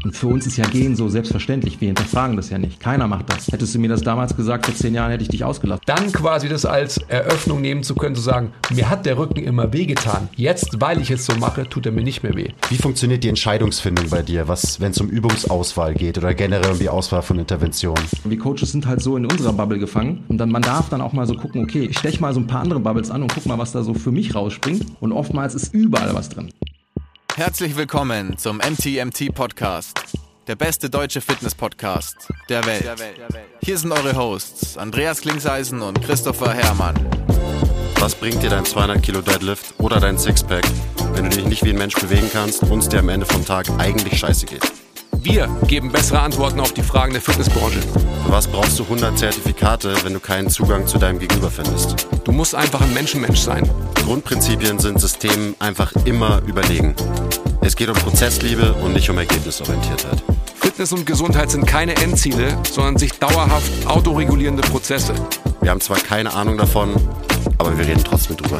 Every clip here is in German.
Und für uns ist ja Gehen so selbstverständlich. Wir hinterfragen das ja nicht. Keiner macht das. Hättest du mir das damals gesagt, vor 10 Jahren hätte ich dich ausgelassen. Dann quasi das als Eröffnung nehmen zu können, zu sagen, mir hat der Rücken immer wehgetan. Jetzt, weil ich es so mache, tut er mir nicht mehr weh. Wie funktioniert die Entscheidungsfindung bei dir, wenn es um Übungsauswahl geht oder generell um die Auswahl von Interventionen? Wir Coaches sind halt so in unserer Bubble gefangen. Und man darf dann auch mal so gucken, okay, ich steche mal so ein paar andere Bubbles an und guck mal, was da so für mich rausspringt. Und oftmals ist überall was drin. Herzlich willkommen zum MTMT Podcast, der beste deutsche Fitness-Podcast der Welt. Hier sind eure Hosts Andreas Klingseisen und Christopher Herrmann. Was bringt dir dein 200 Kilo Deadlift oder dein Sixpack, wenn du dich nicht wie ein Mensch bewegen kannst und es dir am Ende vom Tag eigentlich scheiße geht? Wir geben bessere Antworten auf die Fragen der Fitnessbranche. Für was brauchst du 100 Zertifikate, wenn du keinen Zugang zu deinem Gegenüber findest? Du musst einfach ein Menschenmensch sein. Grundprinzipien sind Systemen einfach immer überlegen. Es geht um Prozessliebe und nicht um Ergebnisorientiertheit. Fitness und Gesundheit sind keine Endziele, sondern sich dauerhaft autoregulierende Prozesse. Wir haben zwar keine Ahnung davon, aber wir reden trotzdem drüber.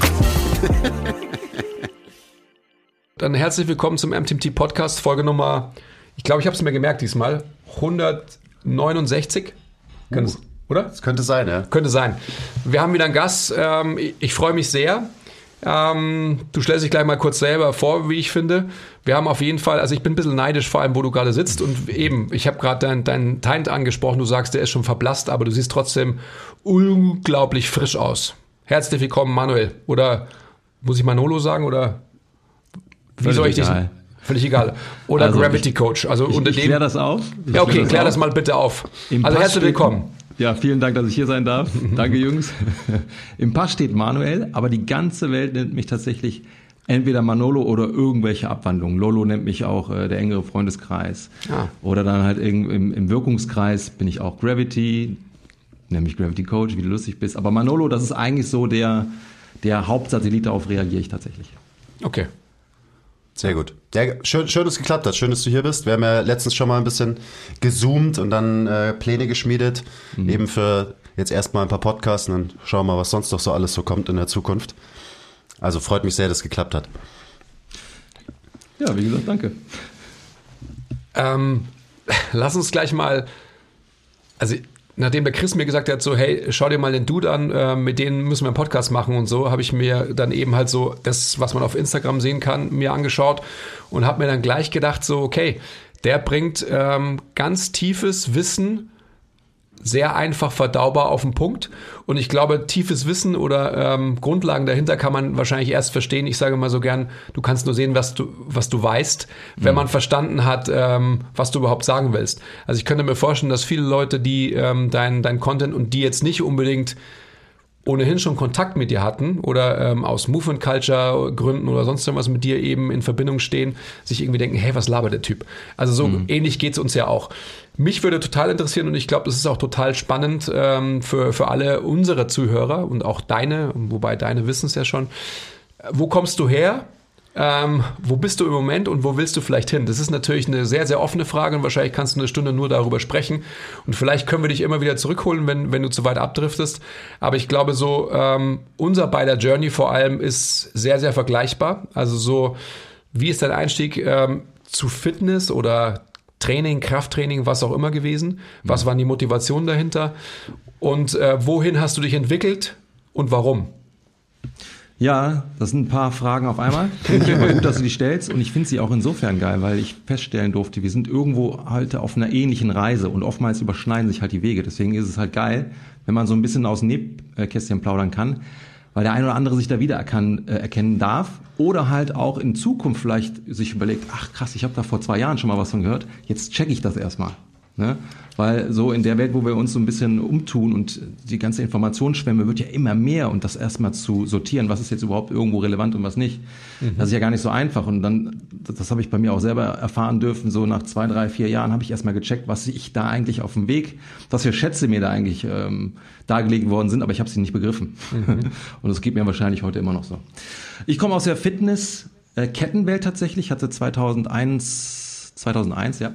Dann herzlich willkommen zum MTMT Podcast, Folge Nummer, ich glaube, ich habe es mir gemerkt diesmal, 169. Oder? Das könnte sein, ja. Könnte sein. Wir haben wieder einen Gast. Ich freue mich sehr. Du stellst dich gleich mal kurz selber vor, wie ich finde. Wir haben auf jeden Fall, also ich bin ein bisschen neidisch, vor allem, wo du gerade sitzt. Und eben, ich habe gerade deinen Teint angesprochen. Du sagst, der ist schon verblasst, aber du siehst trotzdem unglaublich frisch aus. Herzlich willkommen, Manuel. Oder muss ich Manolo sagen? Oder wie soll ich dich... Völlig egal. Oder also Gravity Coach. Also ich klär das auf. Ja, okay, klär das mal bitte auf. Also herzlich willkommen. Ja, vielen Dank, dass ich hier sein darf. Danke, Jungs. Im Pass steht Manuel, aber die ganze Welt nennt mich tatsächlich entweder Manolo oder irgendwelche Abwandlungen. Lolo nennt mich auch der engere Freundeskreis. Oder dann halt im Wirkungskreis bin ich auch Gravity, nenn mich Gravity Coach, wie du lustig bist. Aber Manolo, das ist eigentlich so der Hauptsatellit, darauf reagiere ich tatsächlich. Okay. Sehr gut. Ja, schön, dass es geklappt hat. Schön, dass du hier bist. Wir haben ja letztens schon mal ein bisschen gezoomt und dann Pläne geschmiedet. Eben für jetzt erstmal ein paar Podcasts und dann schauen wir mal, was sonst noch so alles so kommt in der Zukunft. Also freut mich sehr, dass es geklappt hat. Ja, wie gesagt, danke. Lass uns gleich mal, also nachdem der Chris mir gesagt hat, so hey, schau dir mal den Dude an, mit denen müssen wir einen Podcast machen und so, habe ich mir dann eben halt so das, was man auf Instagram sehen kann, mir angeschaut und habe mir dann gleich gedacht, so okay, der bringt ganz tiefes Wissen, sehr einfach verdaubar auf den Punkt und ich glaube, tiefes Wissen oder Grundlagen dahinter kann man wahrscheinlich erst verstehen. Ich sage mal so gern, du kannst nur sehen, was du weißt, wenn man verstanden hat, was du überhaupt sagen willst. Also ich könnte mir vorstellen, dass viele Leute, die dein Content und die jetzt nicht unbedingt ohnehin schon Kontakt mit dir hatten oder aus Movement Culture Gründen oder sonst irgendwas mit dir eben in Verbindung stehen, sich irgendwie denken, hey, was labert der Typ? Also so ähnlich geht's uns ja auch. Mich würde total interessieren und ich glaube, das ist auch total spannend für alle unsere Zuhörer und auch deine, wobei deine wissen es ja schon. Wo kommst du her? Wo bist du im Moment und wo willst du vielleicht hin? Das ist natürlich eine sehr, sehr offene Frage und wahrscheinlich kannst du eine Stunde nur darüber sprechen und vielleicht können wir dich immer wieder zurückholen, wenn du zu weit abdriftest. Aber ich glaube so, unser beider Journey vor allem ist sehr, sehr vergleichbar. Also so, wie ist dein Einstieg zu Fitness oder Training, Krafttraining, was auch immer gewesen? Was waren die Motivationen dahinter? Und wohin hast du dich entwickelt und warum? Ja, das sind ein paar Fragen auf einmal. Finde ich immer gut, dass du die stellst und ich finde sie auch insofern geil, weil ich feststellen durfte, wir sind irgendwo halt auf einer ähnlichen Reise und oftmals überschneiden sich halt die Wege. Deswegen ist es halt geil, wenn man so ein bisschen aus dem Nähkästchen plaudern kann, weil der eine oder andere sich da wieder erkennen darf oder halt auch in Zukunft vielleicht sich überlegt, ach krass, ich habe da vor 2 Jahren schon mal was von gehört, jetzt checke ich das erstmal. Ne? Weil so in der Welt, wo wir uns so ein bisschen umtun und die ganze Informationsschwemme wird ja immer mehr und das erstmal zu sortieren, was ist jetzt überhaupt irgendwo relevant und was nicht, das ist ja gar nicht so einfach und dann, das habe ich bei mir auch selber erfahren dürfen, so nach 2, 3, 4 Jahren habe ich erstmal gecheckt, was ich da eigentlich auf dem Weg, was für Schätze mir da eigentlich dargelegt worden sind, aber ich habe sie nicht begriffen und das geht mir wahrscheinlich heute immer noch so. Ich komme aus der Fitness-Kettenwelt tatsächlich, hatte 2001, ja,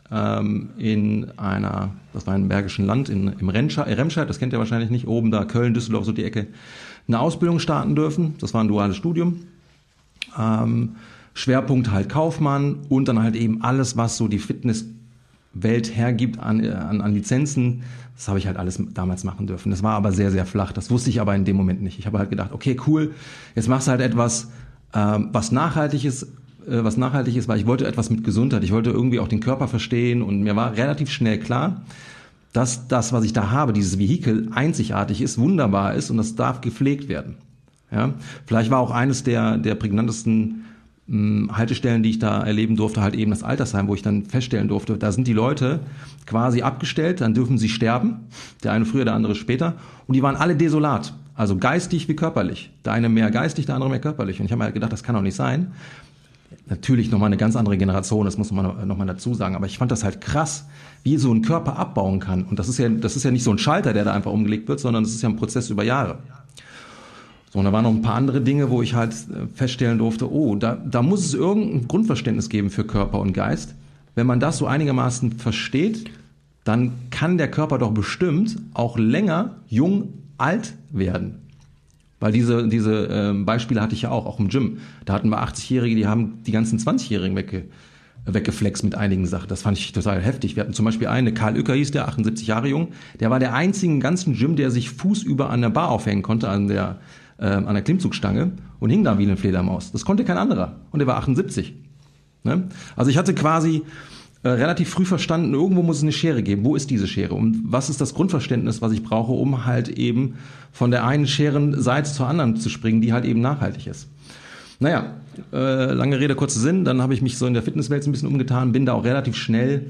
in einer, das war im Bergischen Land, im Remscheid, das kennt ihr wahrscheinlich nicht, oben da Köln, Düsseldorf, so die Ecke, eine Ausbildung starten dürfen. Das war ein duales Studium. Schwerpunkt halt Kaufmann und dann halt eben alles, was so die Fitnesswelt hergibt an Lizenzen. Das habe ich halt alles damals machen dürfen. Das war aber sehr, sehr flach. Das wusste ich aber in dem Moment nicht. Ich habe halt gedacht, okay, cool, jetzt machst du halt etwas, was nachhaltig ist, weil ich wollte etwas mit Gesundheit. Ich wollte irgendwie auch den Körper verstehen und mir war relativ schnell klar, dass das, was ich da habe, dieses Vehikel, einzigartig ist, wunderbar ist und das darf gepflegt werden. Ja? Vielleicht war auch eines der prägnantesten Haltestellen, die ich da erleben durfte, halt eben das Altersheim, wo ich dann feststellen durfte, da sind die Leute quasi abgestellt, dann dürfen sie sterben, der eine früher, der andere später, und die waren alle desolat, also geistig wie körperlich. Der eine mehr geistig, der andere mehr körperlich. Und ich habe mir halt gedacht, das kann doch nicht sein. Natürlich nochmal eine ganz andere Generation, das muss man nochmal dazu sagen, aber ich fand das halt krass, wie so ein Körper abbauen kann. Und das ist ja nicht so ein Schalter, der da einfach umgelegt wird, sondern das ist ja ein Prozess über Jahre. So, und da waren noch ein paar andere Dinge, wo ich halt feststellen durfte, da muss es irgendein Grundverständnis geben für Körper und Geist. Wenn man das so einigermaßen versteht, dann kann der Körper doch bestimmt auch länger jung, alt werden. Weil diese Beispiele hatte ich ja auch im Gym. Da hatten wir 80-Jährige, die haben die ganzen 20-Jährigen weggeflext mit einigen Sachen. Das fand ich total heftig. Wir hatten zum Beispiel Karl Uecker hieß der, 78 Jahre jung. Der war der einzige im ganzen Gym, der sich fußüber an der Bar aufhängen konnte, an der Klimmzugstange und hing da wie eine Fledermaus. Das konnte kein anderer. Und er war 78. Ne? Also ich hatte quasi relativ früh verstanden, irgendwo muss es eine Schere geben. Wo ist diese Schere? Und was ist das Grundverständnis, was ich brauche, um halt eben von der einen Scherenseite zur anderen zu springen, die halt eben nachhaltig ist? Naja, lange Rede, kurzer Sinn. Dann habe ich mich so in der Fitnesswelt so ein bisschen umgetan, bin da auch relativ schnell,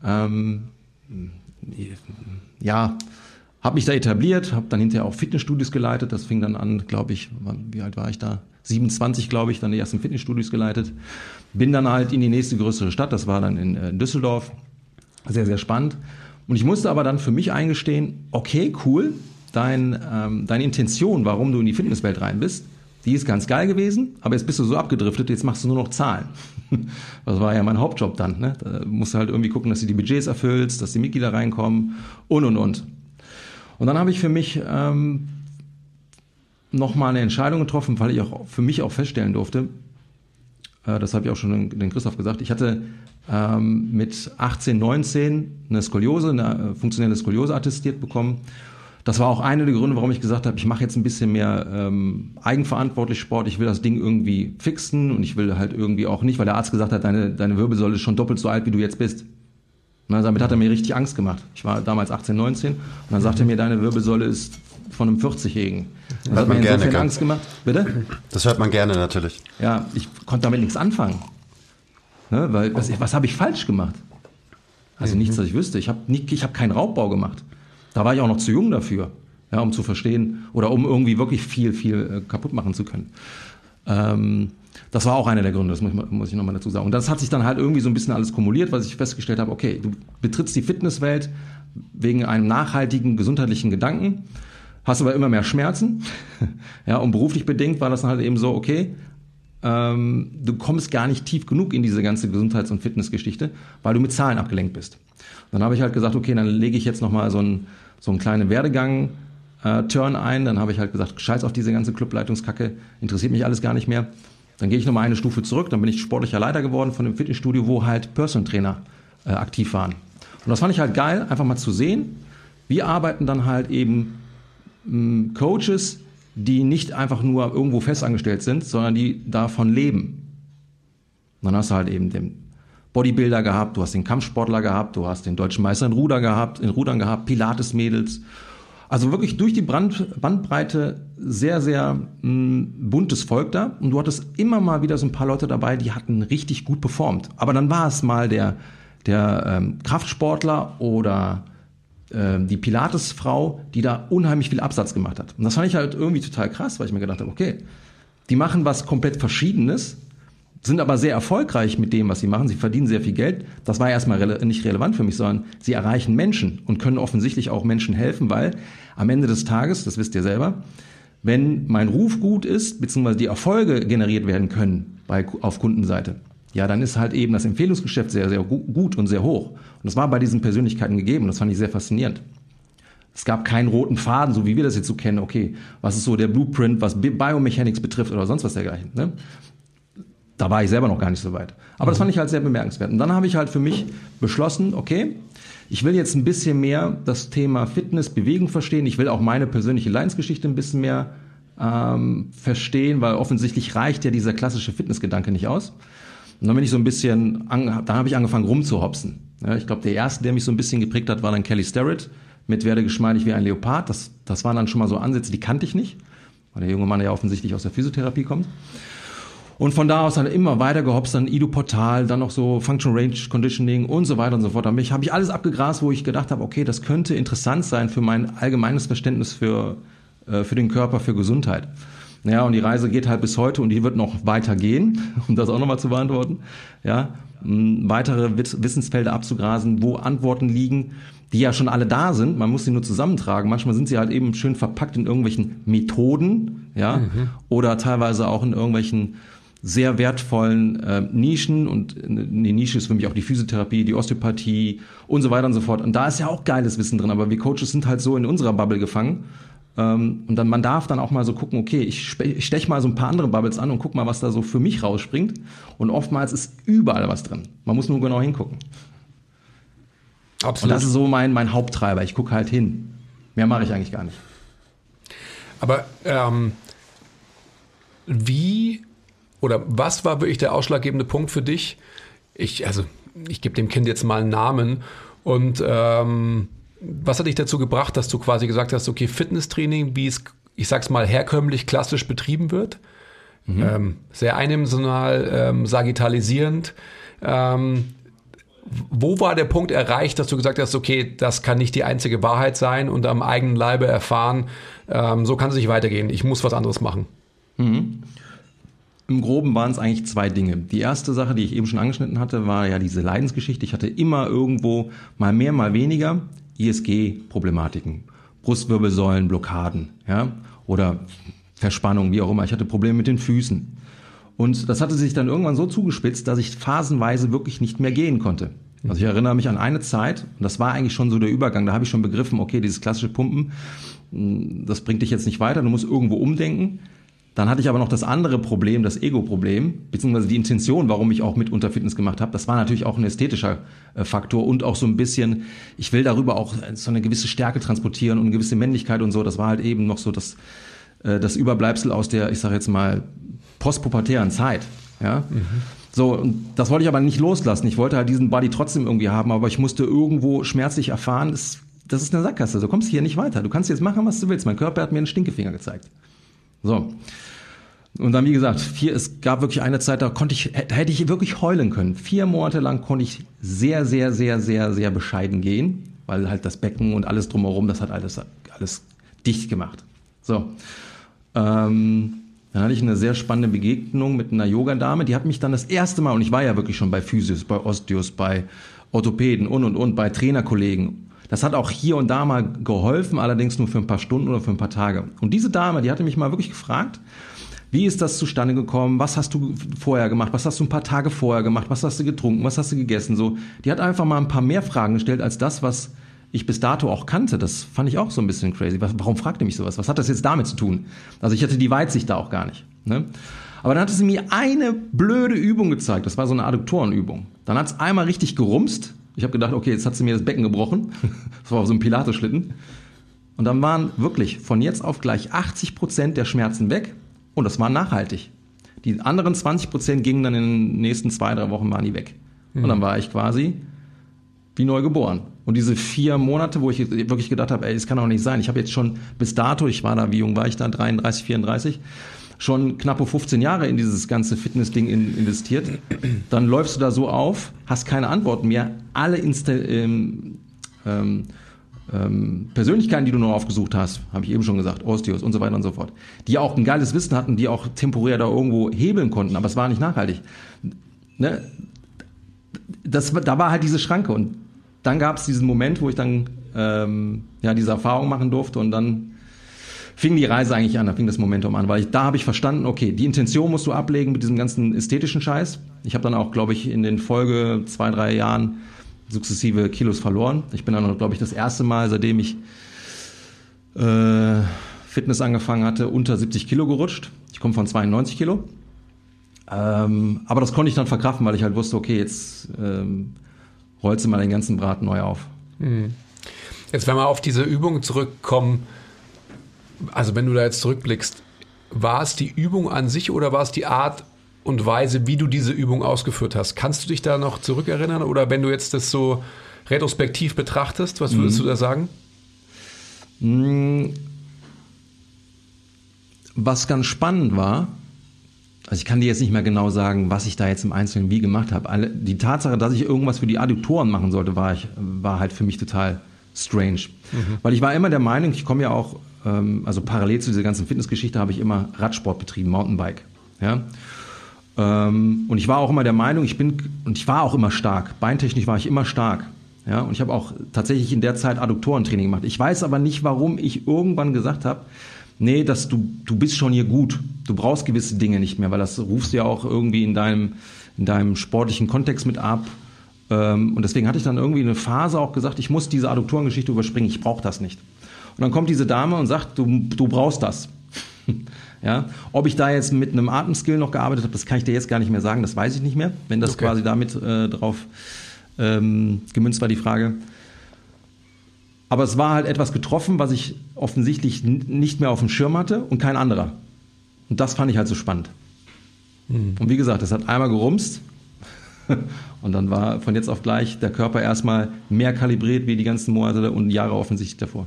habe mich da etabliert, habe dann hinterher auch Fitnessstudios geleitet. Das fing dann an, glaube ich, wie alt war ich da? 27, glaube ich, dann die ersten Fitnessstudios geleitet. Bin dann halt in die nächste größere Stadt, das war dann in Düsseldorf. Sehr, sehr spannend. Und ich musste aber dann für mich eingestehen, okay, cool, deine Intention, warum du in die Fitnesswelt rein bist, die ist ganz geil gewesen, aber jetzt bist du so abgedriftet, jetzt machst du nur noch Zahlen. Das war ja mein Hauptjob dann. Ne? Da musst du halt irgendwie gucken, dass du die Budgets erfüllst, dass die Mitglieder reinkommen und. Und dann habe ich für mich nochmal eine Entscheidung getroffen, weil ich auch für mich auch feststellen durfte, das habe ich auch schon den Christoph gesagt, ich hatte mit 18, 19 eine funktionelle Skoliose attestiert bekommen. Das war auch einer der Gründe, warum ich gesagt habe, ich mache jetzt ein bisschen mehr eigenverantwortlich Sport, ich will das Ding irgendwie fixen und ich will halt irgendwie auch nicht, weil der Arzt gesagt hat, deine Wirbelsäule ist schon doppelt so alt, wie du jetzt bist. Na, damit hat er mir richtig Angst gemacht. Ich war damals 18, 19 und dann sagte er mir, deine Wirbelsäule ist von einem 40-Jährigen. Das hat mir insofern Angst gemacht. Bitte? Das hört man gerne natürlich. Ja, ich konnte damit nichts anfangen. Ne, weil was habe ich falsch gemacht? Also nichts, was ich wüsste. Ich habe keinen Raubbau gemacht. Da war ich auch noch zu jung dafür, ja, um zu verstehen oder um irgendwie wirklich viel kaputt machen zu können. Das war auch einer der Gründe, das muss ich nochmal dazu sagen. Und das hat sich dann halt irgendwie so ein bisschen alles kumuliert, weil ich festgestellt habe, okay, du betrittst die Fitnesswelt wegen einem nachhaltigen, gesundheitlichen Gedanken, hast aber immer mehr Schmerzen. Ja, und beruflich bedingt war das dann halt eben so, okay, du kommst gar nicht tief genug in diese ganze Gesundheits- und Fitnessgeschichte, weil du mit Zahlen abgelenkt bist. Dann habe ich halt gesagt, okay, dann lege ich jetzt nochmal so einen kleinen Werdegang-Turn ein. Dann habe ich halt gesagt, scheiß auf diese ganze Clubleitungskacke, interessiert mich alles gar nicht mehr. Dann gehe ich nochmal eine Stufe zurück, dann bin ich sportlicher Leiter geworden von dem Fitnessstudio, wo halt Personal Trainer aktiv waren. Und das fand ich halt geil, einfach mal zu sehen, wie arbeiten dann halt eben Coaches, die nicht einfach nur irgendwo festangestellt sind, sondern die davon leben. Und dann hast du halt eben den Bodybuilder gehabt, du hast den Kampfsportler gehabt, du hast den deutschen Meister in Rudern gehabt, Pilates-Mädels. Also wirklich durch die Bandbreite sehr, sehr buntes Volk da. Und du hattest immer mal wieder so ein paar Leute dabei, die hatten richtig gut performt. Aber dann war es mal der Kraftsportler oder die Pilates-Frau, die da unheimlich viel Absatz gemacht hat. Und das fand ich halt irgendwie total krass, weil ich mir gedacht habe, okay, die machen was komplett Verschiedenes, sind aber sehr erfolgreich mit dem, was sie machen. Sie verdienen sehr viel Geld. Das war erstmal nicht relevant für mich, sondern sie erreichen Menschen und können offensichtlich auch Menschen helfen, weil am Ende des Tages, das wisst ihr selber, wenn mein Ruf gut ist, beziehungsweise die Erfolge generiert werden können auf Kundenseite, ja, dann ist halt eben das Empfehlungsgeschäft sehr, sehr gut und sehr hoch. Und das war bei diesen Persönlichkeiten gegeben. Das fand ich sehr faszinierend. Es gab keinen roten Faden, so wie wir das jetzt so kennen. Okay, was ist so der Blueprint, was Biomechanics betrifft oder sonst was dergleichen. Ne? Da war ich selber noch gar nicht so weit. Aber das fand ich halt sehr bemerkenswert. Und dann habe ich halt für mich beschlossen, okay, ich will jetzt ein bisschen mehr das Thema Fitness, Bewegung verstehen. Ich will auch meine persönliche Leidensgeschichte ein bisschen mehr verstehen, weil offensichtlich reicht ja dieser klassische Fitnessgedanke nicht aus. Und dann bin ich so ein bisschen, da habe ich angefangen rumzuhopsen. Ja, ich glaube, der erste, der mich so ein bisschen geprägt hat, war dann Kelly Starrett mit Werde geschmeidig wie ein Leopard. Das waren dann schon mal so Ansätze, die kannte ich nicht, weil der junge Mann ja offensichtlich aus der Physiotherapie kommt. Und von da aus dann immer weiter gehopst, dann Ido Portal, dann noch so Functional Range Conditioning und so weiter und so fort. Dann habe ich alles abgegrast, wo ich gedacht habe, okay, das könnte interessant sein für mein allgemeines Verständnis für den Körper, für Gesundheit. Ja, und die Reise geht halt bis heute und die wird noch weiter gehen, um das auch nochmal zu beantworten. Ja, weitere Wissensfelder abzugrasen, wo Antworten liegen, die ja schon alle da sind. Man muss sie nur zusammentragen. Manchmal sind sie halt eben schön verpackt in irgendwelchen Methoden, ja, oder teilweise auch in irgendwelchen sehr wertvollen Nischen. Und die Nische ist für mich auch die Physiotherapie, die Osteopathie und so weiter und so fort. Und da ist ja auch geiles Wissen drin, aber wir Coaches sind halt so in unserer Bubble gefangen. Und dann man darf dann auch mal so gucken, okay, ich stech mal so ein paar andere Bubbles an und guck mal, was da so für mich rausspringt. Und oftmals ist überall was drin. Man muss nur genau hingucken. Absolut. Und das ist so mein Haupttreiber. Ich gucke halt hin. Mehr mache ich eigentlich gar nicht. Aber was war wirklich der ausschlaggebende Punkt für dich? Ich gebe dem Kind jetzt mal einen Namen und was hat dich dazu gebracht, dass du quasi gesagt hast, okay, Fitnesstraining, wie es, ich sag's mal, herkömmlich, klassisch betrieben wird, sehr eindimensional, sagittalisierend. Wo war der Punkt erreicht, dass du gesagt hast, okay, das kann nicht die einzige Wahrheit sein und am eigenen Leibe erfahren, so kann es nicht weitergehen, ich muss was anderes machen? Im Groben waren es eigentlich zwei Dinge. Die erste Sache, die ich eben schon angeschnitten hatte, war ja diese Leidensgeschichte. Ich hatte immer irgendwo mal mehr, mal weniger ISG-Problematiken, Brustwirbelsäulenblockaden, ja, oder Verspannung, wie auch immer. Ich hatte Probleme mit den Füßen. Und das hatte sich dann irgendwann so zugespitzt, dass ich phasenweise wirklich nicht mehr gehen konnte. Also ich erinnere mich an eine Zeit, und das war eigentlich schon so der Übergang, da habe ich schon begriffen, okay, dieses klassische Pumpen, das bringt dich jetzt nicht weiter, du musst irgendwo umdenken. Dann hatte ich aber noch das andere Problem, das Ego-Problem, beziehungsweise die Intention, warum ich auch mitunter Fitness gemacht habe. Das war natürlich auch ein ästhetischer Faktor und auch so ein bisschen, ich will darüber auch so eine gewisse Stärke transportieren und eine gewisse Männlichkeit und so. Das war halt eben noch so das Überbleibsel aus der, ich sage jetzt mal, postpubertären Zeit. Ja? So, und das wollte ich aber nicht loslassen. Ich wollte halt diesen Body trotzdem irgendwie haben, aber ich musste irgendwo schmerzlich erfahren, das ist eine Sackgasse. Du kommst hier nicht weiter. Du kannst jetzt machen, was du willst. Mein Körper hat mir einen Stinkefinger gezeigt. So. Und dann, wie gesagt, es gab wirklich eine Zeit, da hätte ich wirklich heulen können. 4 Monate lang konnte ich sehr, sehr, sehr, sehr, sehr bescheiden gehen, weil halt das Becken und alles drumherum, das hat alles dicht gemacht. So. Dann hatte ich eine sehr spannende Begegnung mit einer Yogadame, die hat mich dann das erste Mal, und ich war ja wirklich schon bei Physios, bei Osteos, bei Orthopäden und, bei Trainerkollegen. Das hat auch hier und da mal geholfen, allerdings nur für ein paar Stunden oder für ein paar Tage. Und diese Dame, die hatte mich mal wirklich gefragt, wie ist das zustande gekommen? Was hast du vorher gemacht? Was hast du ein paar Tage vorher gemacht? Was hast du getrunken? Was hast du gegessen? So, die hat einfach mal ein paar mehr Fragen gestellt als das, was ich bis dato auch kannte. Das fand ich auch so ein bisschen crazy. Warum fragt ihr mich sowas? Was hat das jetzt damit zu tun? Also ich hatte die Weitsicht da auch gar nicht. Ne? Aber dann hatte sie mir eine blöde Übung gezeigt. Das war so eine Adduktorenübung. Dann hat es einmal richtig gerumst. Ich habe gedacht, okay, jetzt hat sie mir das Becken gebrochen. Das war auf so einem Pilates-Schlitten. Und dann waren wirklich von jetzt auf gleich 80% der Schmerzen weg. Und das war nachhaltig. Die anderen 20% gingen dann in den nächsten 2-3 Wochen, waren die weg. Und dann war ich quasi wie neu geboren. Und diese 4 Monate, wo ich wirklich gedacht habe, ey, das kann doch nicht sein. Ich habe jetzt schon bis dato, wie jung war ich da, 33, 34, schon knappe 15 Jahre in dieses ganze Fitness-Ding investiert. Dann läufst du da so auf, hast keine Antworten mehr. Alle Persönlichkeiten, die du noch aufgesucht hast, habe ich eben schon gesagt, Osteos und so weiter und so fort, die auch ein geiles Wissen hatten, die auch temporär da irgendwo hebeln konnten, aber es war nicht nachhaltig. Ne? Da war halt diese Schranke und dann gab es diesen Moment, wo ich dann diese Erfahrung machen durfte und dann fing die Reise eigentlich an, da fing das Momentum an, weil da habe ich verstanden, okay, die Intention musst du ablegen mit diesem ganzen ästhetischen Scheiß. Ich habe dann auch, glaube ich, in den Folge 2-3 Jahren sukzessive Kilos verloren. Ich bin dann, glaube ich, das erste Mal, seitdem ich Fitness angefangen hatte, unter 70 Kilo gerutscht. Ich komme von 92 Kilo. Aber das konnte ich dann verkraften, weil ich halt wusste, okay, jetzt rollst du mal den ganzen Braten neu auf. Jetzt, wenn wir auf diese Übung zurückkommen, also wenn du da jetzt zurückblickst, war es die Übung an sich oder war es die Art und Weise, wie du diese Übung ausgeführt hast? Kannst du dich da noch zurückerinnern? Oder wenn du jetzt das so retrospektiv betrachtest, was würdest du da sagen? Was ganz spannend war, also ich kann dir jetzt nicht mehr genau sagen, was ich da jetzt im Einzelnen wie gemacht habe. Die Tatsache, dass ich irgendwas für die Adduktoren machen sollte, war halt für mich total strange. Weil ich war immer der Meinung, ich komme ja auch, also parallel zu dieser ganzen Fitnessgeschichte habe ich immer Radsport betrieben, Mountainbike. Ja? Und ich war auch immer der Meinung, ich war auch immer stark. Beintechnisch war ich immer stark. Ja? Und ich habe auch tatsächlich in der Zeit Adduktorentraining gemacht. Ich weiß aber nicht, warum ich irgendwann gesagt habe, nee, du bist schon hier gut. Du brauchst gewisse Dinge nicht mehr, weil das rufst du ja auch irgendwie in deinem sportlichen Kontext mit ab. Und deswegen hatte ich dann irgendwie eine Phase auch gesagt, ich muss diese Adduktorengeschichte überspringen, ich brauche das nicht. Und dann kommt diese Dame und sagt, du brauchst das. Ja? Ob ich da jetzt mit einem Atemskill noch gearbeitet habe, das kann ich dir jetzt gar nicht mehr sagen, das weiß ich nicht mehr, wenn das quasi damit drauf gemünzt war, die Frage. Aber es war halt etwas getroffen, was ich offensichtlich nicht mehr auf dem Schirm hatte und kein anderer. Und das fand ich halt so spannend. Und wie gesagt, das hat einmal gerumst und dann war von jetzt auf gleich der Körper erstmal mehr kalibriert wie die ganzen Monate und Jahre offensichtlich davor.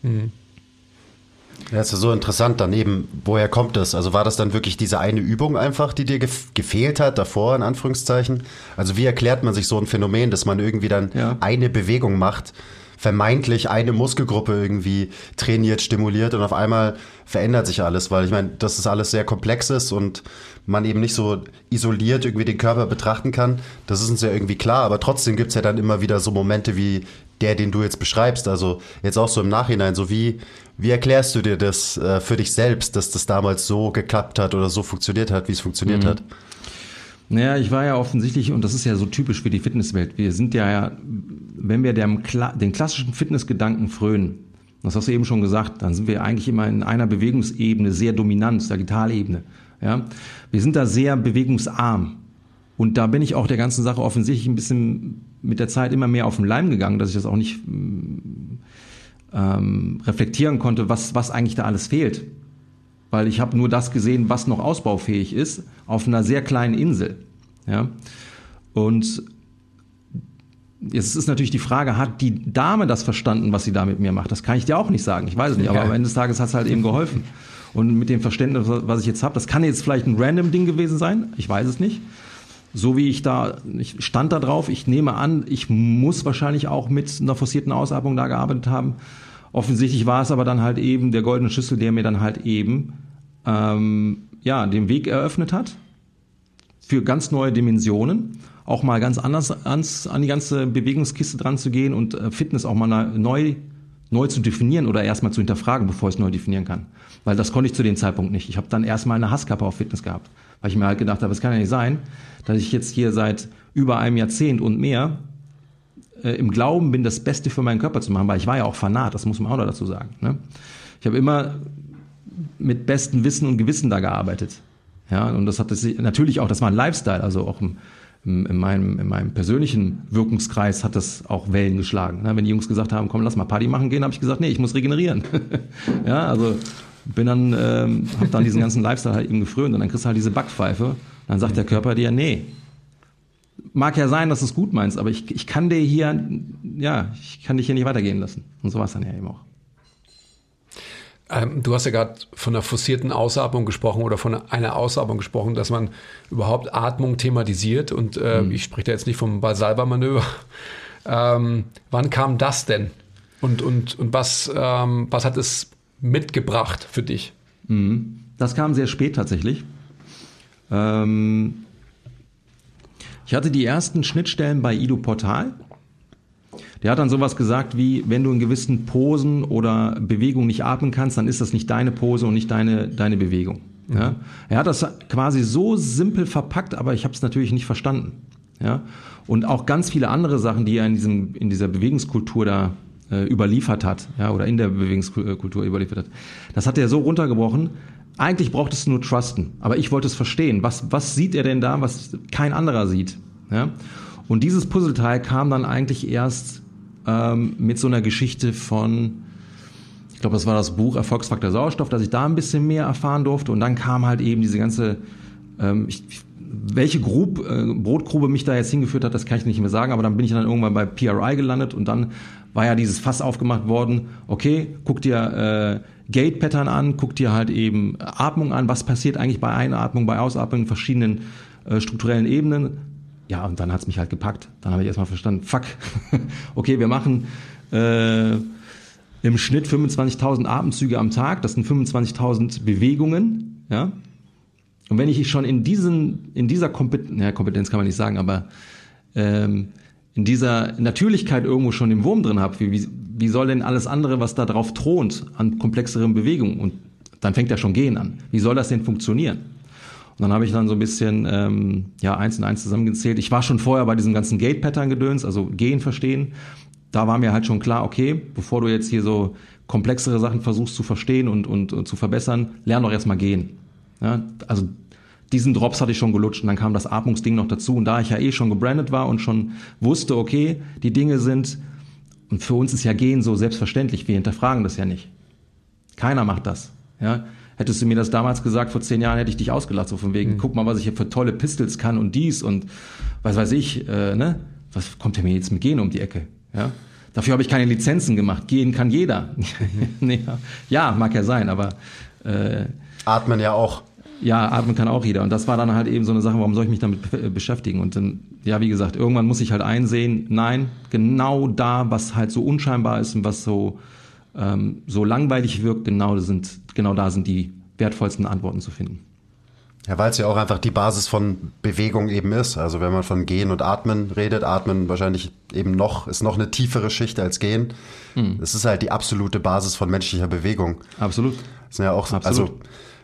Ja, ist ja so interessant daneben, woher kommt das? Also war das dann wirklich diese eine Übung einfach, die dir gefehlt hat davor, in Anführungszeichen? Also wie erklärt man sich so ein Phänomen, dass man irgendwie dann eine Bewegung macht, vermeintlich eine Muskelgruppe irgendwie trainiert, stimuliert und auf einmal verändert sich alles, weil ich meine, dass das alles sehr komplex ist und man eben nicht so isoliert irgendwie den Körper betrachten kann, das ist uns ja irgendwie klar, aber trotzdem gibt's ja dann immer wieder so Momente wie der, den du jetzt beschreibst, also jetzt auch so im Nachhinein, so wie erklärst du dir das für dich selbst, dass das damals so geklappt hat oder so funktioniert hat, wie es funktioniert hat? Naja, ich war ja offensichtlich, und das ist ja so typisch für die Fitnesswelt, wir sind ja, wenn wir den klassischen Fitnessgedanken frönen, das hast du eben schon gesagt, dann sind wir eigentlich immer in einer Bewegungsebene sehr dominant, Sagittalebene. Ja? Wir sind da sehr bewegungsarm. Und da bin ich auch der ganzen Sache offensichtlich ein bisschen mit der Zeit immer mehr auf den Leim gegangen, dass ich das auch nicht reflektieren konnte, was eigentlich da alles fehlt. Weil ich habe nur das gesehen, was noch ausbaufähig ist, auf einer sehr kleinen Insel. Ja? Und jetzt ist natürlich die Frage, hat die Dame das verstanden, was sie da mit mir macht? Das kann ich dir auch nicht sagen, ich weiß es nicht, aber am Ende des Tages hat es halt eben geholfen. Und mit dem Verständnis, was ich jetzt habe, das kann jetzt vielleicht ein random Ding gewesen sein, ich weiß es nicht. So wie ich stand da drauf, ich nehme an, ich muss wahrscheinlich auch mit einer forcierten Ausatmung da gearbeitet haben. Offensichtlich war es aber dann halt eben der goldene Schlüssel, der mir dann halt eben den Weg eröffnet hat für ganz neue Dimensionen, auch mal ganz anders an die ganze Bewegungskiste dran zu gehen und Fitness auch mal neu zu definieren oder erstmal zu hinterfragen, bevor ich es neu definieren kann. Weil das konnte ich zu dem Zeitpunkt nicht. Ich habe dann erstmal eine Hasskappe auf Fitness gehabt, weil ich mir halt gedacht habe, es kann ja nicht sein, dass ich jetzt hier seit über einem Jahrzehnt und mehr im Glauben bin, das Beste für meinen Körper zu machen, weil ich war ja auch Fanat, das muss man auch noch dazu sagen. Ne? Ich habe immer mit bestem Wissen und Gewissen da gearbeitet. Ja, und das hat natürlich auch, das war ein Lifestyle, also auch in meinem persönlichen Wirkungskreis hat das auch Wellen geschlagen. Ne? Wenn die Jungs gesagt haben, komm, lass mal Party machen gehen, habe ich gesagt, nee, ich muss regenerieren. Ja, also habe dann diesen ganzen Lifestyle halt eben gefrönt und dann kriegst du halt diese Backpfeife. Dann sagt der Körper dir, nee, mag ja sein, dass du es gut meinst, aber ich kann dich hier nicht weitergehen lassen. Und so war es dann ja eben auch. Du hast ja gerade von einer forcierten Ausatmung gesprochen oder von einer Ausatmung gesprochen, dass man überhaupt Atmung thematisiert und ich spreche da jetzt nicht vom Valsalva-Manöver. Wann kam das denn? Und was hat es mitgebracht für dich? Das kam sehr spät tatsächlich. Ich hatte die ersten Schnittstellen bei Ido Portal. Der hat dann sowas gesagt wie, wenn du in gewissen Posen oder Bewegungen nicht atmen kannst, dann ist das nicht deine Pose und nicht deine Bewegung. Ja? Er hat das quasi so simpel verpackt, aber ich habe es natürlich nicht verstanden. Ja? Und auch ganz viele andere Sachen, die er in dieser Bewegungskultur da überliefert hat, ja, oder in der Bewegungskultur überliefert hat. Das hat er so runtergebrochen, eigentlich brauchtest du nur trusten, aber ich wollte es verstehen. Was sieht er denn da, was kein anderer sieht? Ja? Und dieses Puzzleteil kam dann eigentlich erst mit so einer Geschichte von, ich glaube, das war das Buch Erfolgsfaktor Sauerstoff, dass ich da ein bisschen mehr erfahren durfte. Und dann kam halt eben diese ganze, welche Brotgrube mich da jetzt hingeführt hat, das kann ich nicht mehr sagen, aber dann bin ich dann irgendwann bei PRI gelandet und dann war ja dieses Fass aufgemacht worden, okay, guck dir Gate-Pattern an, guck dir halt eben Atmung an, was passiert eigentlich bei Einatmung, bei Ausatmung in verschiedenen strukturellen Ebenen. Ja, und dann hat's mich halt gepackt. Dann habe ich erstmal verstanden, fuck, okay, wir machen im Schnitt 25.000 Atemzüge am Tag, das sind 25.000 Bewegungen, ja. Und wenn ich schon in dieser Kompetenz kann man nicht sagen, aber in dieser Natürlichkeit irgendwo schon den Wurm drin habe, wie soll denn alles andere, was da drauf thront, an komplexeren Bewegungen, und dann fängt ja schon Gehen an. Wie soll das denn funktionieren? Und dann habe ich dann so ein bisschen 1 und 1 zusammengezählt. Ich war schon vorher bei diesem ganzen Gate-Pattern-Gedöns, also Gehen verstehen. Da war mir halt schon klar, okay, bevor du jetzt hier so komplexere Sachen versuchst zu verstehen und zu verbessern, lern doch erstmal gehen. Ja, also diesen Drops hatte ich schon gelutscht und dann kam das Atmungsding noch dazu. Und da ich ja schon gebrandet war und schon wusste, okay, die Dinge sind, und für uns ist ja Gehen so selbstverständlich, wir hinterfragen das ja nicht. Keiner macht das. Ja, hättest du mir das damals gesagt, vor 10 Jahren, hätte ich dich ausgelacht, so von wegen, guck mal, was ich hier für tolle Pistols kann und dies und was weiß ich, ne? Was kommt der mir jetzt mit Gehen um die Ecke? Ja? Dafür habe ich keine Lizenzen gemacht. Gehen kann jeder. Ja, mag ja sein, aber Atmen ja auch. Ja, atmen kann auch jeder. Und das war dann halt eben so eine Sache, warum soll ich mich damit beschäftigen? Und dann, ja, wie gesagt, irgendwann muss ich halt einsehen, nein, genau da, was halt so unscheinbar ist und was so langweilig wirkt, genau da sind die wertvollsten Antworten zu finden. Ja, weil es ja auch einfach die Basis von Bewegung eben ist. Also wenn man von Gehen und Atmen redet, Atmen wahrscheinlich eben ist noch eine tiefere Schicht als Gehen. Es ist halt die absolute Basis von menschlicher Bewegung. Absolut. Das sind ja auch, Absolut.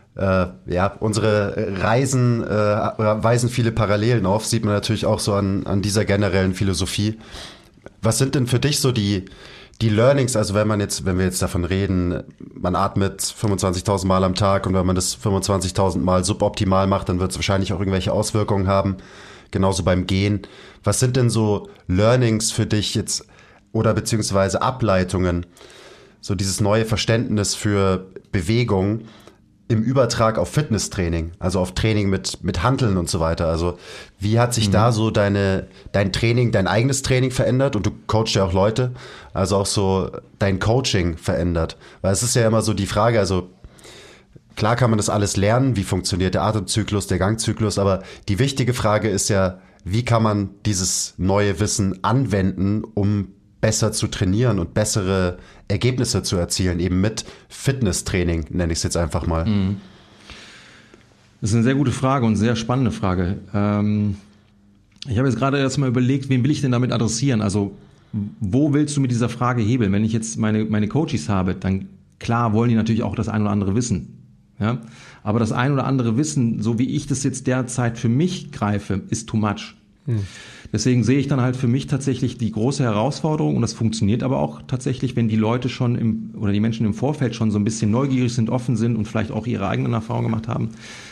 Unsere Reisen weisen viele Parallelen auf, sieht man natürlich auch so an dieser generellen Philosophie. Was sind denn für dich so die Learnings, also wenn wir jetzt davon reden, man atmet 25.000 Mal am Tag und wenn man das 25.000 Mal suboptimal macht, dann wird es wahrscheinlich auch irgendwelche Auswirkungen haben, genauso beim Gehen. Was sind denn so Learnings für dich jetzt oder beziehungsweise Ableitungen, so dieses neue Verständnis für Bewegung im Übertrag auf Fitnesstraining, also auf Training mit Hanteln und so weiter. Also wie hat sich da so dein Training, dein eigenes Training verändert? Und du coachst ja auch Leute, also auch so dein Coaching verändert. Weil es ist ja immer so die Frage, also klar kann man das alles lernen, wie funktioniert der Atemzyklus, der Gangzyklus, aber die wichtige Frage ist ja, wie kann man dieses neue Wissen anwenden, um besser zu trainieren und bessere Ergebnisse zu erzielen, eben mit Fitnesstraining, nenne ich es jetzt einfach mal. Das ist eine sehr gute Frage und sehr spannende Frage. Ich habe jetzt gerade erst mal überlegt, wen will ich denn damit adressieren? Also, wo willst du mit dieser Frage hebeln? Wenn ich jetzt meine Coaches habe, dann klar wollen die natürlich auch das ein oder andere wissen. Ja? Aber das ein oder andere Wissen, so wie ich das jetzt derzeit für mich greife, ist too much. Deswegen sehe ich dann halt für mich tatsächlich die große Herausforderung, und das funktioniert aber auch tatsächlich, wenn die Leute schon oder die Menschen im Vorfeld schon so ein bisschen neugierig sind, offen sind und vielleicht auch ihre eigenen Erfahrungen gemacht haben,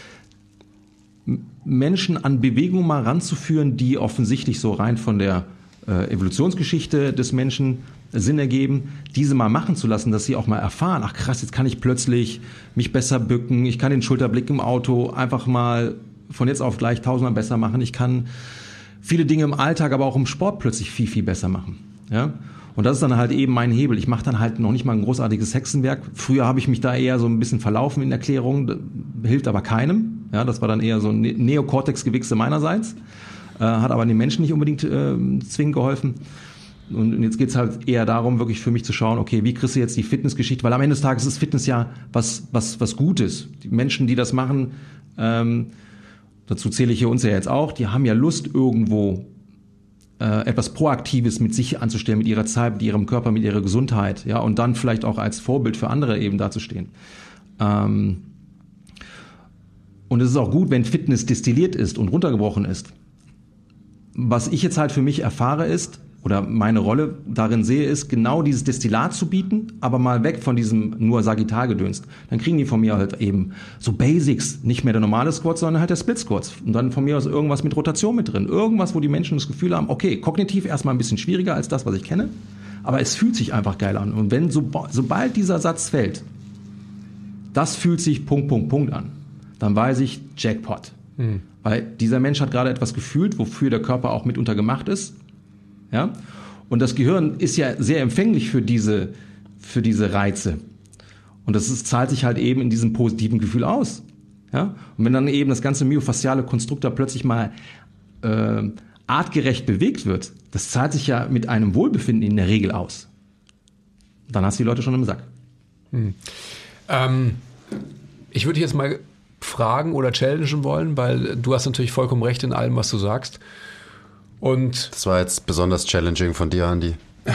Menschen an Bewegungen mal ranzuführen, die offensichtlich so rein von der Evolutionsgeschichte des Menschen Sinn ergeben, diese mal machen zu lassen, dass sie auch mal erfahren, ach krass, jetzt kann ich plötzlich mich besser bücken, ich kann den Schulterblick im Auto einfach mal von jetzt auf gleich 1000-mal besser machen, ich kann viele Dinge im Alltag, aber auch im Sport plötzlich viel, viel besser machen. Ja? Und das ist dann halt eben mein Hebel. Ich mache dann halt noch nicht mal ein großartiges Hexenwerk. Früher habe ich mich da eher so ein bisschen verlaufen in Erklärungen, hilft aber keinem. Ja, das war dann eher so ein Neokortex-Gewichse meinerseits, hat aber den Menschen nicht unbedingt zwingend geholfen. Und jetzt geht's halt eher darum, wirklich für mich zu schauen, okay, wie kriegst du jetzt die Fitnessgeschichte? Weil am Ende des Tages ist Fitness ja was Gutes. Die Menschen, die das machen, dazu zähle ich hier uns ja jetzt auch, die haben ja Lust, irgendwo etwas Proaktives mit sich anzustellen, mit ihrer Zeit, mit ihrem Körper, mit ihrer Gesundheit, ja, und dann vielleicht auch als Vorbild für andere eben dazustehen. Und es ist auch gut, wenn Fitness destilliert ist und runtergebrochen ist. Was ich jetzt halt für mich erfahre ist, oder meine Rolle darin sehe, ist genau dieses Destillat zu bieten, aber mal weg von diesem nur Sagittalgedöns. Dann kriegen die von mir halt eben so Basics, nicht mehr der normale Squat, sondern halt der Split Squats. Und dann von mir aus irgendwas mit Rotation mit drin. Irgendwas, wo die Menschen das Gefühl haben, okay, kognitiv erstmal ein bisschen schwieriger als das, was ich kenne, aber es fühlt sich einfach geil an. Und wenn sobald dieser Satz fällt, das fühlt sich ... an, dann weiß ich Jackpot. Weil dieser Mensch hat gerade etwas gefühlt, wofür der Körper auch mitunter gemacht ist. Ja? Und das Gehirn ist ja sehr empfänglich für diese Reize. Und zahlt sich halt eben in diesem positiven Gefühl aus. Ja? Und wenn dann eben das ganze myofasziale Konstrukt da plötzlich mal artgerecht bewegt wird, das zahlt sich ja mit einem Wohlbefinden in der Regel aus. Dann hast du die Leute schon im Sack. Ich würde jetzt mal fragen oder challengen wollen, weil du hast natürlich vollkommen recht in allem, was du sagst. Und das war jetzt besonders challenging von dir, Andi.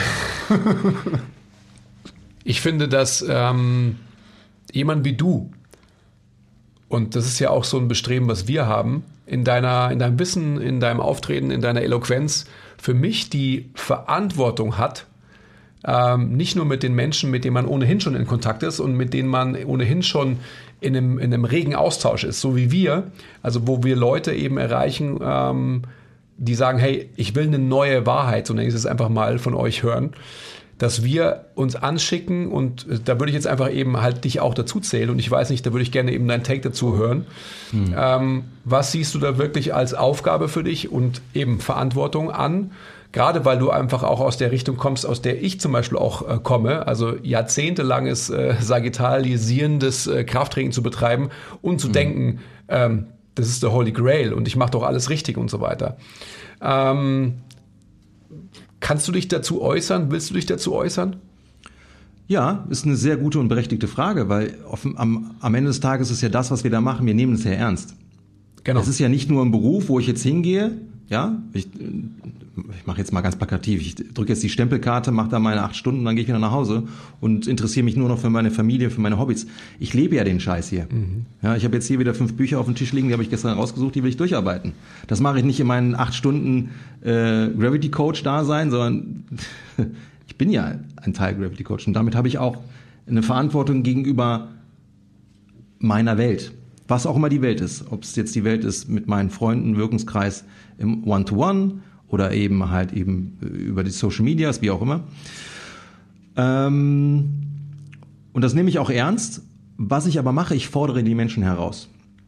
Ich finde, dass jemand wie du, und das ist ja auch so ein Bestreben, was wir haben, in deinem Wissen, in deinem Auftreten, in deiner Eloquenz, für mich die Verantwortung hat, nicht nur mit den Menschen, mit denen man ohnehin schon in Kontakt ist und mit denen man ohnehin schon in einem regen Austausch ist, so wie wir, also wo wir Leute eben erreichen, die sagen, hey, ich will eine neue Wahrheit, so nenne ich es einfach mal, von euch hören, dass wir uns anschicken und da würde ich jetzt einfach eben halt dich auch dazu zählen und ich weiß nicht, da würde ich gerne eben deinen Take dazu hören. Was siehst du da wirklich als Aufgabe für dich und eben Verantwortung an? Gerade weil du einfach auch aus der Richtung kommst, aus der ich zum Beispiel auch komme, also jahrzehntelanges sagittalisierendes Krafttraining zu betreiben und zu denken, das ist der Holy Grail und ich mache doch alles richtig und so weiter. Kannst du dich dazu äußern? Willst du dich dazu äußern? Ja, ist eine sehr gute und berechtigte Frage, weil am Ende des Tages ist ja das, was wir da machen, wir nehmen es sehr ernst. Genau. Es ist ja nicht nur ein Beruf, wo ich jetzt hingehe, ja, ich mache jetzt mal ganz plakativ, ich drücke jetzt die Stempelkarte, mache da meine 8 Stunden, dann gehe ich wieder nach Hause und interessiere mich nur noch für meine Familie, für meine Hobbys. Ich lebe ja den Scheiß hier. Ja, ich habe jetzt hier wieder 5 Bücher auf dem Tisch liegen, die habe ich gestern rausgesucht, die will ich durcharbeiten. Das mache ich nicht in meinen 8 Stunden Gravity Coach Dasein, sondern ich bin ja ein Teil Gravity Coach und damit habe ich auch eine Verantwortung gegenüber meiner Welt. Was auch immer die Welt ist. Ob es jetzt die Welt ist mit meinen Freunden, Wirkungskreis im One-to-One oder eben halt eben über die Social Medias, wie auch immer. Und das nehme ich auch ernst. Was ich aber mache, ich fordere die Menschen heraus.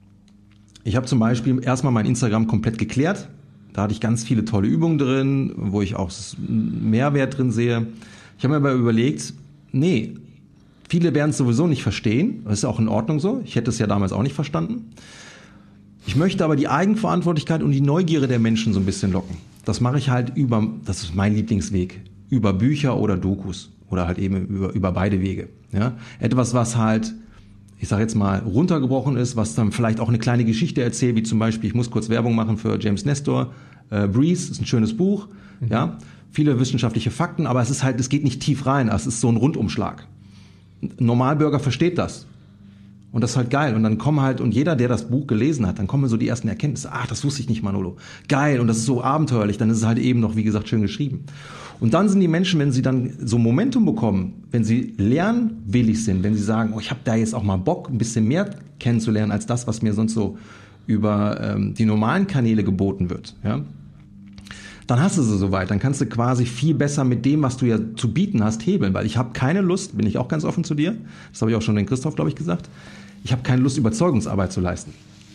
Ich habe zum Beispiel erstmal mein Instagram komplett geklärt. Da hatte ich ganz viele tolle Übungen drin, wo ich auch Mehrwert drin sehe. Ich habe mir aber überlegt, nee, viele werden es sowieso nicht verstehen. Das ist auch in Ordnung so. Ich hätte es ja damals auch nicht verstanden. Ich möchte aber die Eigenverantwortlichkeit und die Neugierde der Menschen so ein bisschen locken. Das mache ich halt das ist mein Lieblingsweg, über Bücher oder Dokus oder halt eben über beide Wege. Ja? Etwas, was halt, ich sage jetzt mal, runtergebrochen ist, was dann vielleicht auch eine kleine Geschichte erzählt, wie zum Beispiel, ich muss kurz Werbung machen für James Nestor, Breeze, ist ein schönes Buch, ja, viele wissenschaftliche Fakten, aber es geht nicht tief rein, es ist so ein Rundumschlag. Ein Normalbürger versteht das. Und das ist halt geil. Und dann und jeder, der das Buch gelesen hat, dann kommen so die ersten Erkenntnisse. Ach, das wusste ich nicht, Manolo. Geil. Und das ist so abenteuerlich. Dann ist es halt eben noch, wie gesagt, schön geschrieben. Und dann sind die Menschen, wenn sie dann so Momentum bekommen, wenn sie lernwillig sind, wenn sie sagen, ich habe da jetzt auch mal Bock, ein bisschen mehr kennenzulernen als das, was mir sonst so über die normalen Kanäle geboten wird, ja, dann hast du sie soweit. Dann kannst du quasi viel besser mit dem, was du ja zu bieten hast, hebeln. Weil ich habe keine Lust, bin ich auch ganz offen zu dir, das habe ich auch schon den Christoph, glaube ich, gesagt, ich habe keine Lust, Überzeugungsarbeit zu leisten.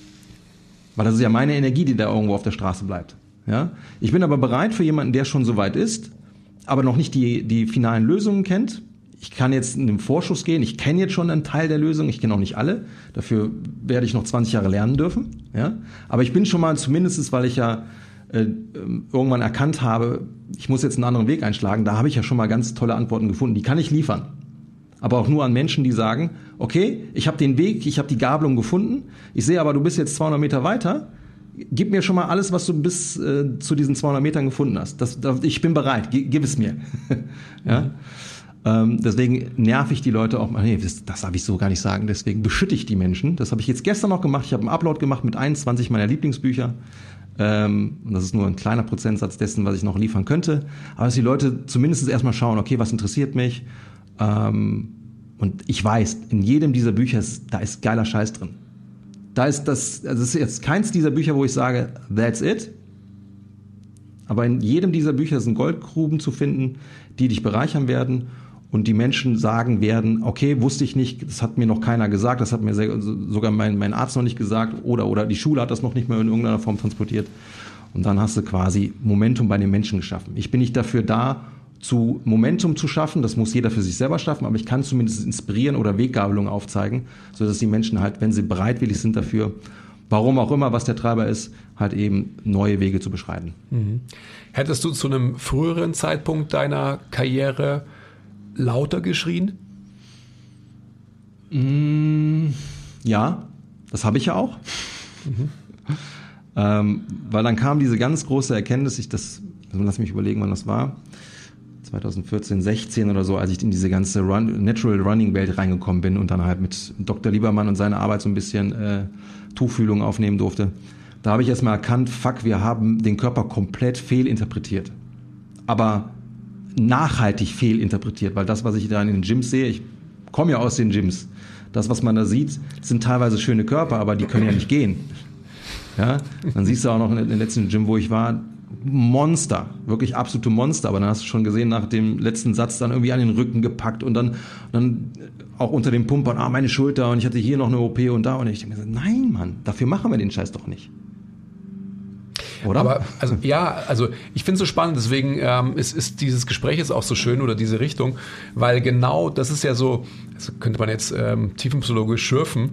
Weil das ist ja meine Energie, die da irgendwo auf der Straße bleibt. Ja? Ich bin aber bereit für jemanden, der schon soweit ist, aber noch nicht die finalen Lösungen kennt. Ich kann jetzt in den Vorschuss gehen, ich kenne jetzt schon einen Teil der Lösung, ich kenne auch nicht alle. Dafür werde ich noch 20 Jahre lernen dürfen. Ja? Aber ich bin schon mal zumindest, weil ich ja irgendwann erkannt habe, ich muss jetzt einen anderen Weg einschlagen, da habe ich ja schon mal ganz tolle Antworten gefunden, die kann ich liefern. Aber auch nur an Menschen, die sagen, okay, ich habe den Weg, ich habe die Gabelung gefunden, ich sehe aber, du bist jetzt 200 Meter weiter, gib mir schon mal alles, was du bis zu diesen 200 Metern gefunden hast. Ich bin bereit, gib es mir. Ja? Deswegen nerv ich die Leute auch, nee, das darf ich so gar nicht sagen, deswegen beschütte ich die Menschen. Das habe ich jetzt gestern noch gemacht, ich habe einen Upload gemacht mit 21 meiner Lieblingsbücher. Und das ist nur ein kleiner Prozentsatz dessen, was ich noch liefern könnte. Aber dass die Leute zumindest erstmal schauen, okay, was interessiert mich? Und ich weiß, in jedem dieser Bücher da ist geiler Scheiß drin. Das ist jetzt keins dieser Bücher, wo ich sage, that's it. Aber in jedem dieser Bücher sind Goldgruben zu finden, die dich bereichern werden und die Menschen sagen werden, okay, wusste ich nicht, das hat mir noch keiner gesagt, das hat mir sogar mein Arzt noch nicht gesagt oder die Schule hat das noch nicht mehr in irgendeiner Form transportiert. Und dann hast du quasi Momentum bei den Menschen geschaffen. Ich bin nicht dafür da, Momentum zu schaffen, das muss jeder für sich selber schaffen, aber ich kann zumindest inspirieren oder Weggabelungen aufzeigen, sodass die Menschen halt, wenn sie bereitwillig sind dafür, warum auch immer, was der Treiber ist, halt eben neue Wege zu beschreiten. Mhm. Hättest du zu einem früheren Zeitpunkt deiner Karriere lauter geschrien? Ja, das habe ich ja auch. Weil dann kam diese ganz große Erkenntnis, lass mich überlegen, wann das war, 2014, 16 oder so, als ich in diese ganze Natural Running Welt reingekommen bin und dann halt mit Dr. Liebermann und seiner Arbeit so ein bisschen Tuchfühlung aufnehmen durfte. Da habe ich erstmal erkannt, wir haben den Körper komplett fehlinterpretiert. Aber nachhaltig fehlinterpretiert, weil das, was ich da in den Gyms sehe, ich komme ja aus den Gyms, das, was man da sieht, sind teilweise schöne Körper, aber die können ja nicht gehen. Ja? Dann siehst du auch noch in dem letzten Gym, wo ich war, Monster, wirklich absolute Monster, aber dann hast du schon gesehen, nach dem letzten Satz dann irgendwie an den Rücken gepackt und dann auch unter dem Pumpern, meine Schulter und ich hatte hier noch eine OP und da und ich denke mir, nein, Mann, dafür machen wir den Scheiß doch nicht. Oder? Aber ich finde es so spannend, deswegen ist dieses Gespräch jetzt auch so schön oder diese Richtung, weil genau das ist ja so, also könnte man jetzt tiefenpsychologisch schürfen,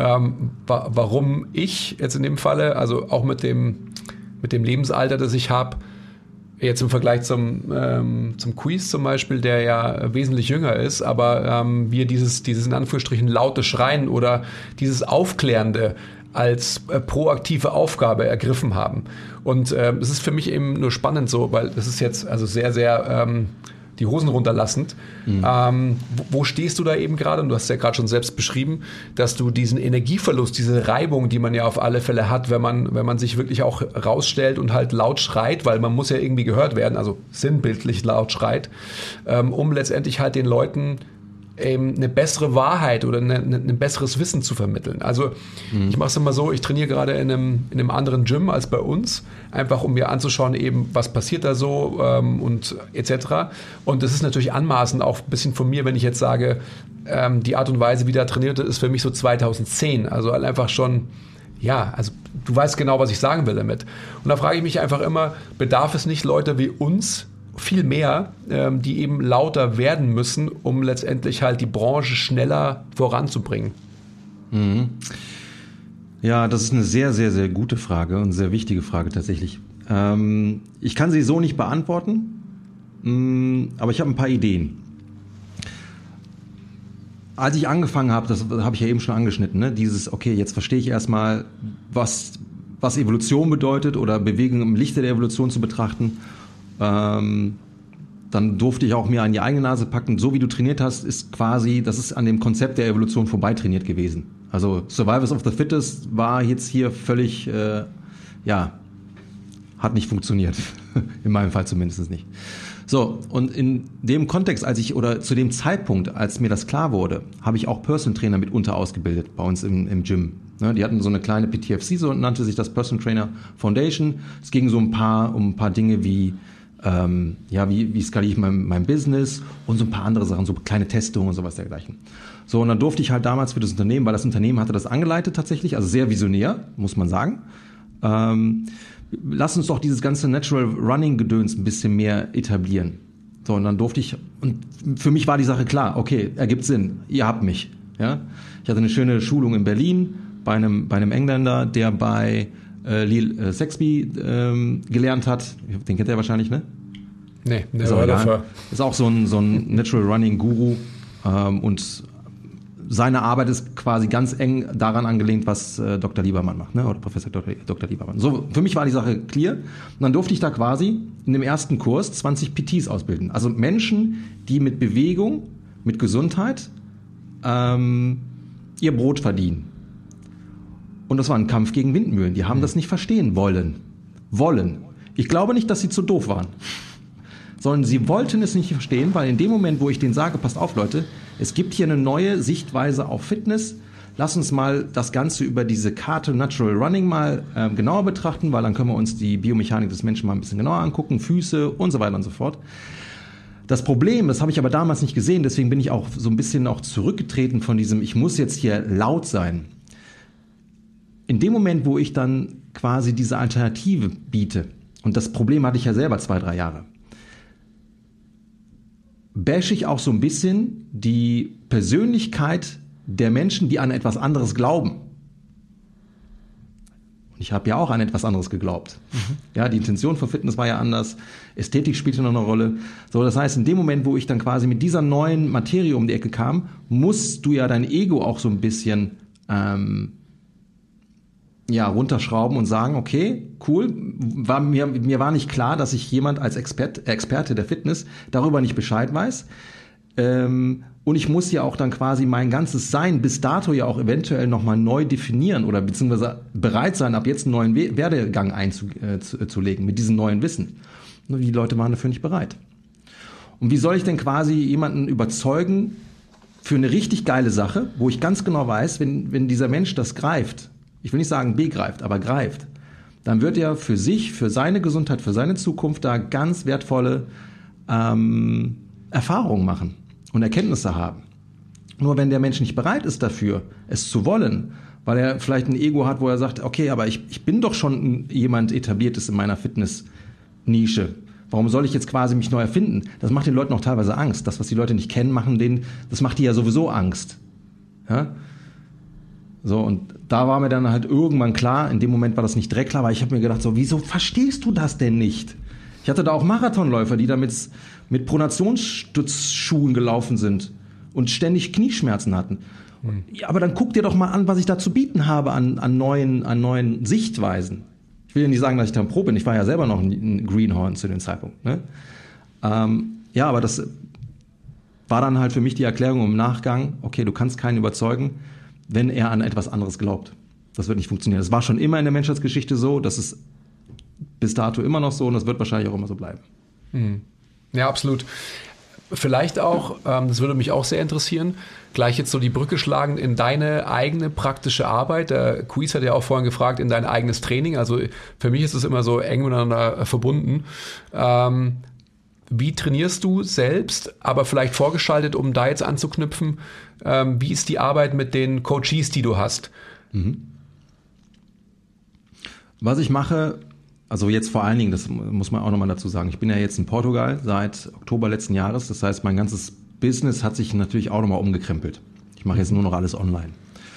warum ich jetzt in dem Falle, also auch mit dem Lebensalter, das ich habe, jetzt im Vergleich zum Quiz zum Beispiel, der ja wesentlich jünger ist, aber wir dieses in Anführungsstrichen laute Schreien oder dieses Aufklärende als proaktive Aufgabe ergriffen haben. Und es ist für mich eben nur spannend so, weil das ist jetzt also sehr, sehr die Hosen runterlassend. Wo stehst du da eben gerade? Und du hast ja gerade schon selbst beschrieben, dass du diesen Energieverlust, diese Reibung, die man ja auf alle Fälle hat, wenn man sich wirklich auch rausstellt und halt laut schreit, weil man muss ja irgendwie gehört werden, also sinnbildlich laut schreit, um letztendlich halt den Leuten eine bessere Wahrheit oder ein besseres Wissen zu vermitteln. Also ich mache es immer so, ich trainiere gerade in einem anderen Gym als bei uns, einfach um mir anzuschauen eben, was passiert da so und etc. Und das ist natürlich anmaßend auch ein bisschen von mir, wenn ich jetzt sage, die Art und Weise, wie da trainiert ist für mich so 2010, also einfach schon, ja, also du weißt genau, was ich sagen will damit. Und da frage ich mich einfach immer, bedarf es nicht Leute wie uns, viel mehr, die eben lauter werden müssen, um letztendlich halt die Branche schneller voranzubringen? Ja, das ist eine sehr, sehr, sehr gute Frage und sehr wichtige Frage tatsächlich. Ich kann sie so nicht beantworten, aber ich habe ein paar Ideen. Als ich angefangen habe, das habe ich ja eben schon angeschnitten, ne? Okay, jetzt verstehe ich erstmal, was Evolution bedeutet oder Bewegung im Lichte der Evolution zu betrachten. Dann durfte ich auch mir an die eigene Nase packen. So wie du trainiert hast, das ist an dem Konzept der Evolution vorbeitrainiert gewesen. Also Survivors of the Fittest war jetzt hier völlig, hat nicht funktioniert. In meinem Fall zumindest nicht. So, und in dem Kontext, zu dem Zeitpunkt, als mir das klar wurde, habe ich auch Personal Trainer mitunter ausgebildet bei uns im Gym. Die hatten so eine kleine PTFC, so nannte sich das Personal Trainer Foundation. Es ging so um ein paar Dinge wie wie skaliere ich mein Business und so ein paar andere Sachen, so kleine Testungen und sowas dergleichen. So, und dann durfte ich halt damals für das Unternehmen, weil das Unternehmen hatte das angeleitet tatsächlich, also sehr visionär, muss man sagen. Lass uns doch dieses ganze Natural Running Gedöns ein bisschen mehr etablieren. So, und dann durfte ich, und für mich war die Sache klar, okay, ergibt Sinn, ihr habt mich. Ja? Ich hatte eine schöne Schulung in Berlin bei einem Engländer, der bei Lil Sexby gelernt hat. Den kennt ihr wahrscheinlich, ne? Nee, ist auch so ein Natural Running Guru und seine Arbeit ist quasi ganz eng daran angelehnt, was Dr. Liebermann macht, ne? Oder Professor Dr. Liebermann. So, für mich war die Sache clear. Und dann durfte ich da quasi in dem ersten Kurs 20 PTs ausbilden. Also Menschen, die mit Bewegung, mit Gesundheit ihr Brot verdienen. Und das war ein Kampf gegen Windmühlen. Die haben das nicht verstehen wollen. wollen. Ich glaube nicht, dass sie zu doof waren, sondern sie wollten es nicht verstehen, weil in dem Moment, wo ich denen sage, passt auf Leute, es gibt hier eine neue Sichtweise auf Fitness, lass uns mal das Ganze über diese Karte Natural Running mal genauer betrachten, weil dann können wir uns die Biomechanik des Menschen mal ein bisschen genauer angucken, Füße und so weiter und so fort. Das Problem, das habe ich aber damals nicht gesehen, deswegen bin ich auch so ein bisschen auch zurückgetreten von diesem, ich muss jetzt hier laut sein. In dem Moment, wo ich dann quasi diese Alternative biete, und das Problem hatte ich ja selber 2-3 Jahre, bashe ich auch so ein bisschen die Persönlichkeit der Menschen, die an etwas anderes glauben. Ich habe ja auch an etwas anderes geglaubt. Ja, die Intention von Fitness war ja anders. Ästhetik spielte noch eine Rolle. So, das heißt, in dem Moment, wo ich dann quasi mit dieser neuen Materie um die Ecke kam, musst du ja dein Ego auch so ein bisschen runterschrauben und sagen, okay, cool. Mir war nicht klar, dass ich jemand als Experte der Fitness darüber nicht Bescheid weiß. Und ich muss ja auch dann quasi mein ganzes Sein bis dato ja auch eventuell nochmal neu definieren oder beziehungsweise bereit sein, ab jetzt einen neuen Werdegang einzulegen mit diesem neuen Wissen. Nur die Leute waren dafür nicht bereit. Und wie soll ich denn quasi jemanden überzeugen für eine richtig geile Sache, wo ich ganz genau weiß, wenn dieser Mensch das greift, ich will nicht sagen begreift, aber greift, dann wird er für sich, für seine Gesundheit, für seine Zukunft da ganz wertvolle Erfahrungen machen und Erkenntnisse haben. Nur wenn der Mensch nicht bereit ist dafür, es zu wollen, weil er vielleicht ein Ego hat, wo er sagt, okay, aber ich bin doch schon jemand Etabliertes in meiner Fitness-Nische. Warum soll ich jetzt quasi mich neu erfinden? Das macht den Leuten auch teilweise Angst. Das, was die Leute nicht kennen, das macht die ja sowieso Angst. Ja? So, und da war mir dann halt irgendwann klar, in dem Moment war das nicht direkt klar, weil ich habe mir gedacht, so, wieso verstehst du das denn nicht? Ich hatte da auch Marathonläufer, die da mit Pronationsstützschuhen gelaufen sind und ständig Knieschmerzen hatten. Ja, aber dann guck dir doch mal an, was ich da zu bieten habe an neuen Sichtweisen. Ich will ja nicht sagen, dass ich da ein Pro bin. Ich war ja selber noch ein Greenhorn zu dem Zeitpunkt. Ne? Aber das war dann halt für mich die Erklärung im Nachgang, okay, du kannst keinen überzeugen, wenn er an etwas anderes glaubt. Das wird nicht funktionieren. Das war schon immer in der Menschheitsgeschichte so, das ist bis dato immer noch so und das wird wahrscheinlich auch immer so bleiben. Ja, absolut. Vielleicht auch, das würde mich auch sehr interessieren, gleich jetzt so die Brücke schlagen in deine eigene praktische Arbeit. Der Quiz hat ja auch vorhin gefragt, in dein eigenes Training. Also für mich ist es immer so eng miteinander verbunden. Wie trainierst du selbst, aber vielleicht vorgeschaltet, um da jetzt anzuknüpfen, wie ist die Arbeit mit den Coaches, die du hast? Was ich mache, also jetzt vor allen Dingen, das muss man auch nochmal dazu sagen, ich bin ja jetzt in Portugal seit Oktober letzten Jahres, das heißt, mein ganzes Business hat sich natürlich auch nochmal umgekrempelt. Ich mache jetzt nur noch alles online.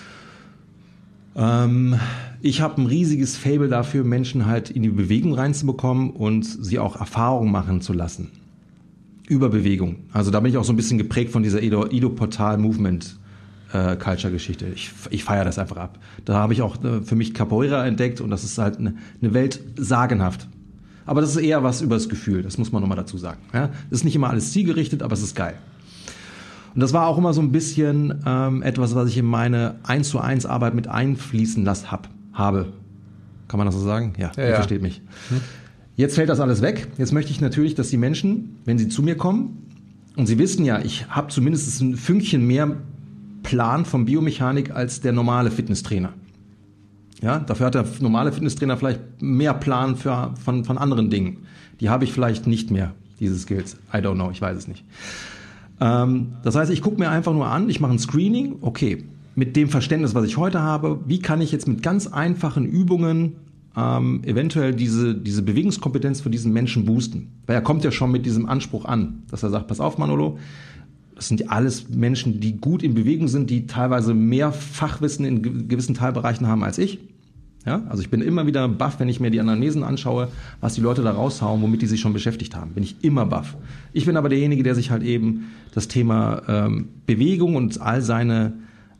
Ich habe ein riesiges Faible dafür, Menschen halt in die Bewegung reinzubekommen und sie auch Erfahrungen machen zu lassen. Über Bewegung. Also da bin ich auch so ein bisschen geprägt von dieser Edo-Portal-Movement Culture-Geschichte. Ich feiere das einfach ab. Da habe ich auch für mich Capoeira entdeckt und das ist halt eine Welt sagenhaft. Aber das ist eher was über das Gefühl, das muss man nochmal dazu sagen. Ja? Das ist nicht immer alles zielgerichtet, aber es ist geil. Und das war auch immer so ein bisschen etwas, was ich in meine 1:1 Arbeit mit einfließen lassen habe. Kann man das so sagen? Ja, ihr versteht mich. Jetzt fällt das alles weg. Jetzt möchte ich natürlich, dass die Menschen, wenn sie zu mir kommen, und sie wissen ja, ich habe zumindest ein Fünkchen mehr Plan von Biomechanik als der normale Fitnesstrainer. Ja, dafür hat der normale Fitnesstrainer vielleicht mehr Plan von anderen Dingen. Die habe ich vielleicht nicht mehr, diese Skills. I don't know, ich weiß es nicht. Das heißt, ich gucke mir einfach nur an, ich mache ein Screening, okay, mit dem Verständnis, was ich heute habe, wie kann ich jetzt mit ganz einfachen Übungen eventuell diese Bewegungskompetenz für diesen Menschen boosten. Weil er kommt ja schon mit diesem Anspruch an, dass er sagt, pass auf Manolo, das sind alles Menschen, die gut in Bewegung sind, die teilweise mehr Fachwissen in gewissen Teilbereichen haben als ich. Ja, also ich bin immer wieder baff, wenn ich mir die Anamnesen anschaue, was die Leute da raushauen, womit die sich schon beschäftigt haben. Bin ich immer baff. Ich bin aber derjenige, der sich halt eben das Thema Bewegung und all seine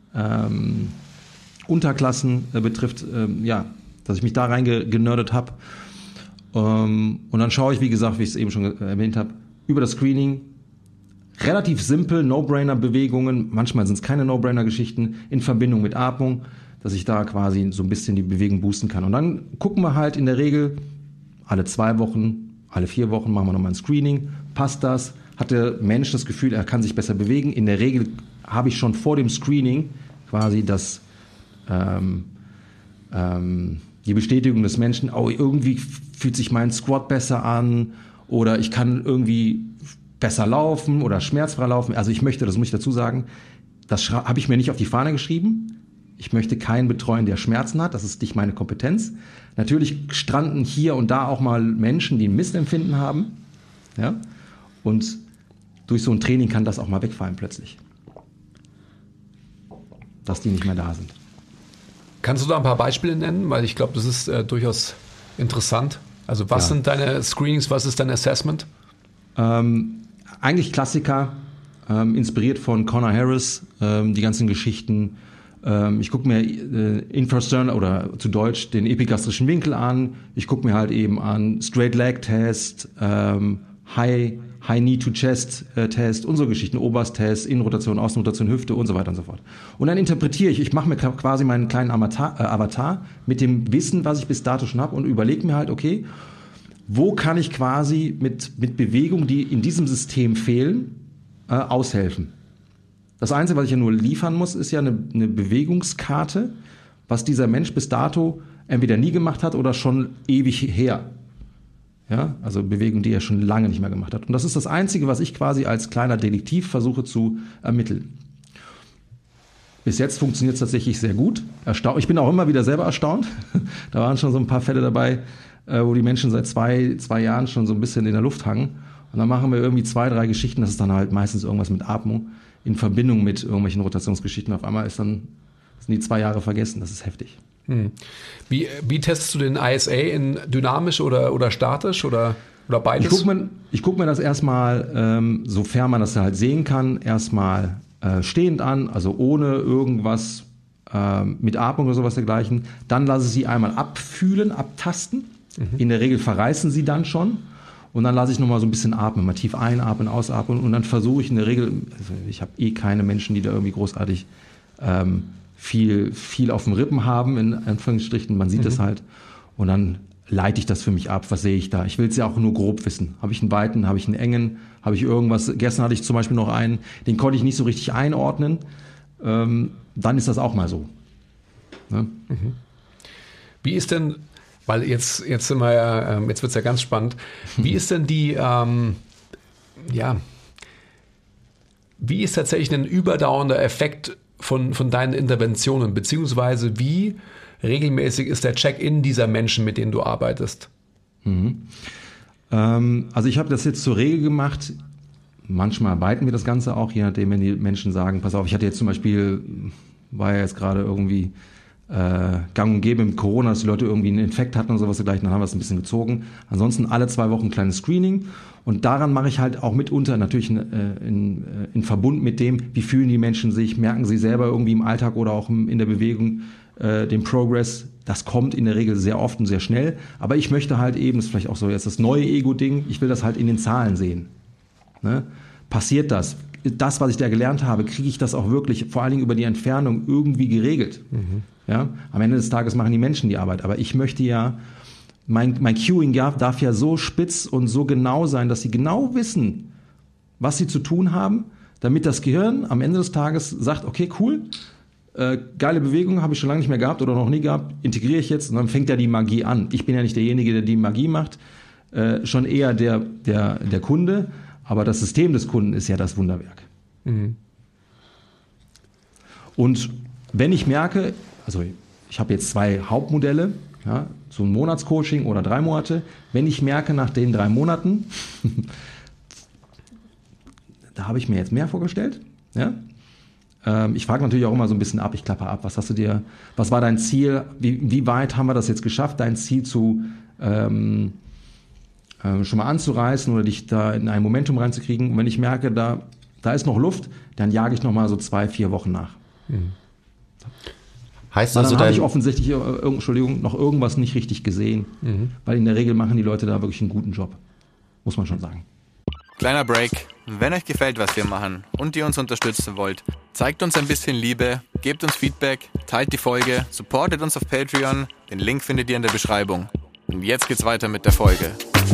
Unterklassen betrifft, dass ich mich da reingenördet habe. Und dann schaue ich, wie gesagt, wie ich es eben schon erwähnt habe, über das Screening. Relativ simpel, No-Brainer-Bewegungen, manchmal sind es keine No-Brainer-Geschichten, in Verbindung mit Atmung, dass ich da quasi so ein bisschen die Bewegung boosten kann. Und dann gucken wir halt in der Regel, alle 2 Wochen, alle 4 Wochen machen wir nochmal ein Screening. Passt das? Hat der Mensch das Gefühl, er kann sich besser bewegen? In der Regel habe ich schon vor dem Screening quasi die Bestätigung des Menschen, irgendwie fühlt sich mein Squat besser an oder ich kann irgendwie besser laufen oder schmerzfrei laufen. Also ich möchte, das muss ich dazu sagen, das habe ich mir nicht auf die Fahne geschrieben. Ich möchte keinen betreuen, der Schmerzen hat. Das ist nicht meine Kompetenz. Natürlich stranden hier und da auch mal Menschen, die ein Missempfinden haben. Ja? Und durch so ein Training kann das auch mal wegfallen plötzlich. Dass die nicht mehr da sind. Kannst du da ein paar Beispiele nennen? Weil ich glaube, das ist durchaus interessant. Also was sind deine Screenings, was ist dein Assessment? Eigentlich Klassiker, inspiriert von Conor Harris, die ganzen Geschichten. Ich gucke mir Infrasternal oder zu Deutsch den epigastrischen Winkel an. Ich gucke mir halt eben an Straight Leg Test, High Knee to Chest Test und so Geschichten, Oberst-Test, Innenrotation, Außenrotation, Hüfte und so weiter und so fort. Und dann interpretiere ich mache mir quasi meinen kleinen Avatar mit dem Wissen, was ich bis dato schon habe und überlege mir halt, okay, wo kann ich quasi mit Bewegungen, die in diesem System fehlen, aushelfen. Das Einzige, was ich ja nur liefern muss, ist ja eine Bewegungskarte, was dieser Mensch bis dato entweder nie gemacht hat oder schon ewig her. Ja, also Bewegung, die er schon lange nicht mehr gemacht hat. Und das ist das Einzige, was ich quasi als kleiner Detektiv versuche zu ermitteln. Bis jetzt funktioniert es tatsächlich sehr gut. Ich bin auch immer wieder selber erstaunt. Da waren schon so ein paar Fälle dabei, wo die Menschen seit zwei Jahren schon so ein bisschen in der Luft hangen. Und dann machen wir irgendwie 2, 3 Geschichten. Das ist dann halt meistens irgendwas mit Atmung in Verbindung mit irgendwelchen Rotationsgeschichten. Auf einmal sind die 2 Jahre vergessen. Das ist heftig. Wie testest du den ISA in dynamisch oder statisch oder beides? Ich guck mir das erstmal, sofern man das halt sehen kann, erstmal stehend an, also ohne irgendwas mit Atmung oder sowas dergleichen. Dann lasse ich sie einmal abfühlen, abtasten. In der Regel verreißen sie dann schon. Und dann lasse ich nochmal so ein bisschen atmen, mal tief einatmen, ausatmen. Und dann versuche ich in der Regel, also ich habe keine Menschen, die da irgendwie großartig viel auf den Rippen haben, in Anführungsstrichen, man sieht es halt. Und dann leite ich das für mich ab, was sehe ich da? Ich will es ja auch nur grob wissen. Habe ich einen weiten, habe ich einen engen, habe ich irgendwas? Gestern hatte ich zum Beispiel noch einen, den konnte ich nicht so richtig einordnen. Dann ist das auch mal so. Ne? Wie ist denn, weil jetzt sind wir ja, jetzt wird es ja ganz spannend, wie ist denn wie ist tatsächlich ein überdauernder Effekt von deinen Interventionen, beziehungsweise wie regelmäßig ist der Check-in dieser Menschen, mit denen du arbeitest? Also ich habe das jetzt zur Regel gemacht. Manchmal arbeiten wir das Ganze auch, je nachdem, wenn die Menschen sagen, pass auf, ich hatte jetzt zum Beispiel, war ja jetzt gerade irgendwie gang und gäbe mit Corona, dass die Leute irgendwie einen Infekt hatten und sowas dergleichen, dann haben wir es ein bisschen gezogen. Ansonsten alle 2 Wochen ein kleines Screening und daran mache ich halt auch mitunter natürlich in Verbund mit dem, wie fühlen die Menschen sich, merken sie selber irgendwie im Alltag oder auch in der Bewegung den Progress. Das kommt in der Regel sehr oft und sehr schnell, aber ich möchte halt eben, das ist vielleicht auch so jetzt das neue Ego-Ding, ich will das halt in den Zahlen sehen. Ne? Passiert das? Das, was ich da gelernt habe, kriege ich das auch wirklich, vor allen Dingen über die Entfernung, irgendwie geregelt. Ja? Am Ende des Tages machen die Menschen die Arbeit, aber ich möchte ja, mein Cueing darf ja so spitz und so genau sein, dass sie genau wissen, was sie zu tun haben, damit das Gehirn am Ende des Tages sagt, okay, cool, geile Bewegung habe ich schon lange nicht mehr gehabt oder noch nie gehabt, integriere ich jetzt und dann fängt ja die Magie an. Ich bin ja nicht derjenige, der die Magie macht, schon eher der Kunde, aber das System des Kunden ist ja das Wunderwerk. Und wenn ich merke, also ich habe jetzt 2 Hauptmodelle, ja, so ein Monatscoaching oder 3 Monate, wenn ich merke nach den 3 Monaten, da habe ich mir jetzt mehr vorgestellt, ja. Ich frage natürlich auch immer so ein bisschen ab, ich klappe ab, was war dein Ziel, wie weit haben wir das jetzt geschafft, dein Ziel zu schon mal anzureißen oder dich da in ein Momentum reinzukriegen. Und wenn ich merke, da ist noch Luft, dann jage ich noch mal so 2, 4 Wochen nach. Heißt also, dann habe ich offensichtlich noch irgendwas nicht richtig gesehen, weil in der Regel machen die Leute da wirklich einen guten Job, muss man schon sagen. Kleiner Break. Wenn euch gefällt, was wir machen und ihr uns unterstützen wollt, zeigt uns ein bisschen Liebe, gebt uns Feedback, teilt die Folge, supportet uns auf Patreon. Den Link findet ihr in der Beschreibung. Und jetzt geht's weiter mit der Folge.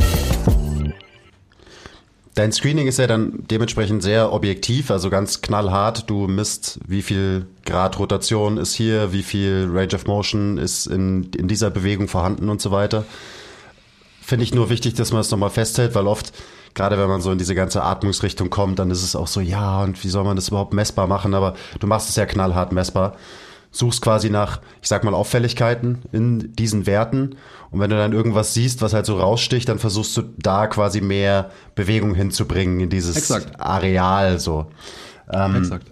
Dein Screening ist ja dann dementsprechend sehr objektiv, also ganz knallhart. Du misst, wie viel Grad Rotation ist hier, wie viel Range of Motion ist in dieser Bewegung vorhanden und so weiter. Finde ich nur wichtig, dass man es nochmal festhält, weil oft, gerade wenn man so in diese ganze Atmungsrichtung kommt, dann ist es auch so, ja, und wie soll man das überhaupt messbar machen? Aber du machst es ja knallhart messbar. Suchst quasi nach, ich sag mal, Auffälligkeiten in diesen Werten. Und wenn du dann irgendwas siehst, was halt so raussticht, dann versuchst du da quasi mehr Bewegung hinzubringen in dieses Areal so. Exakt.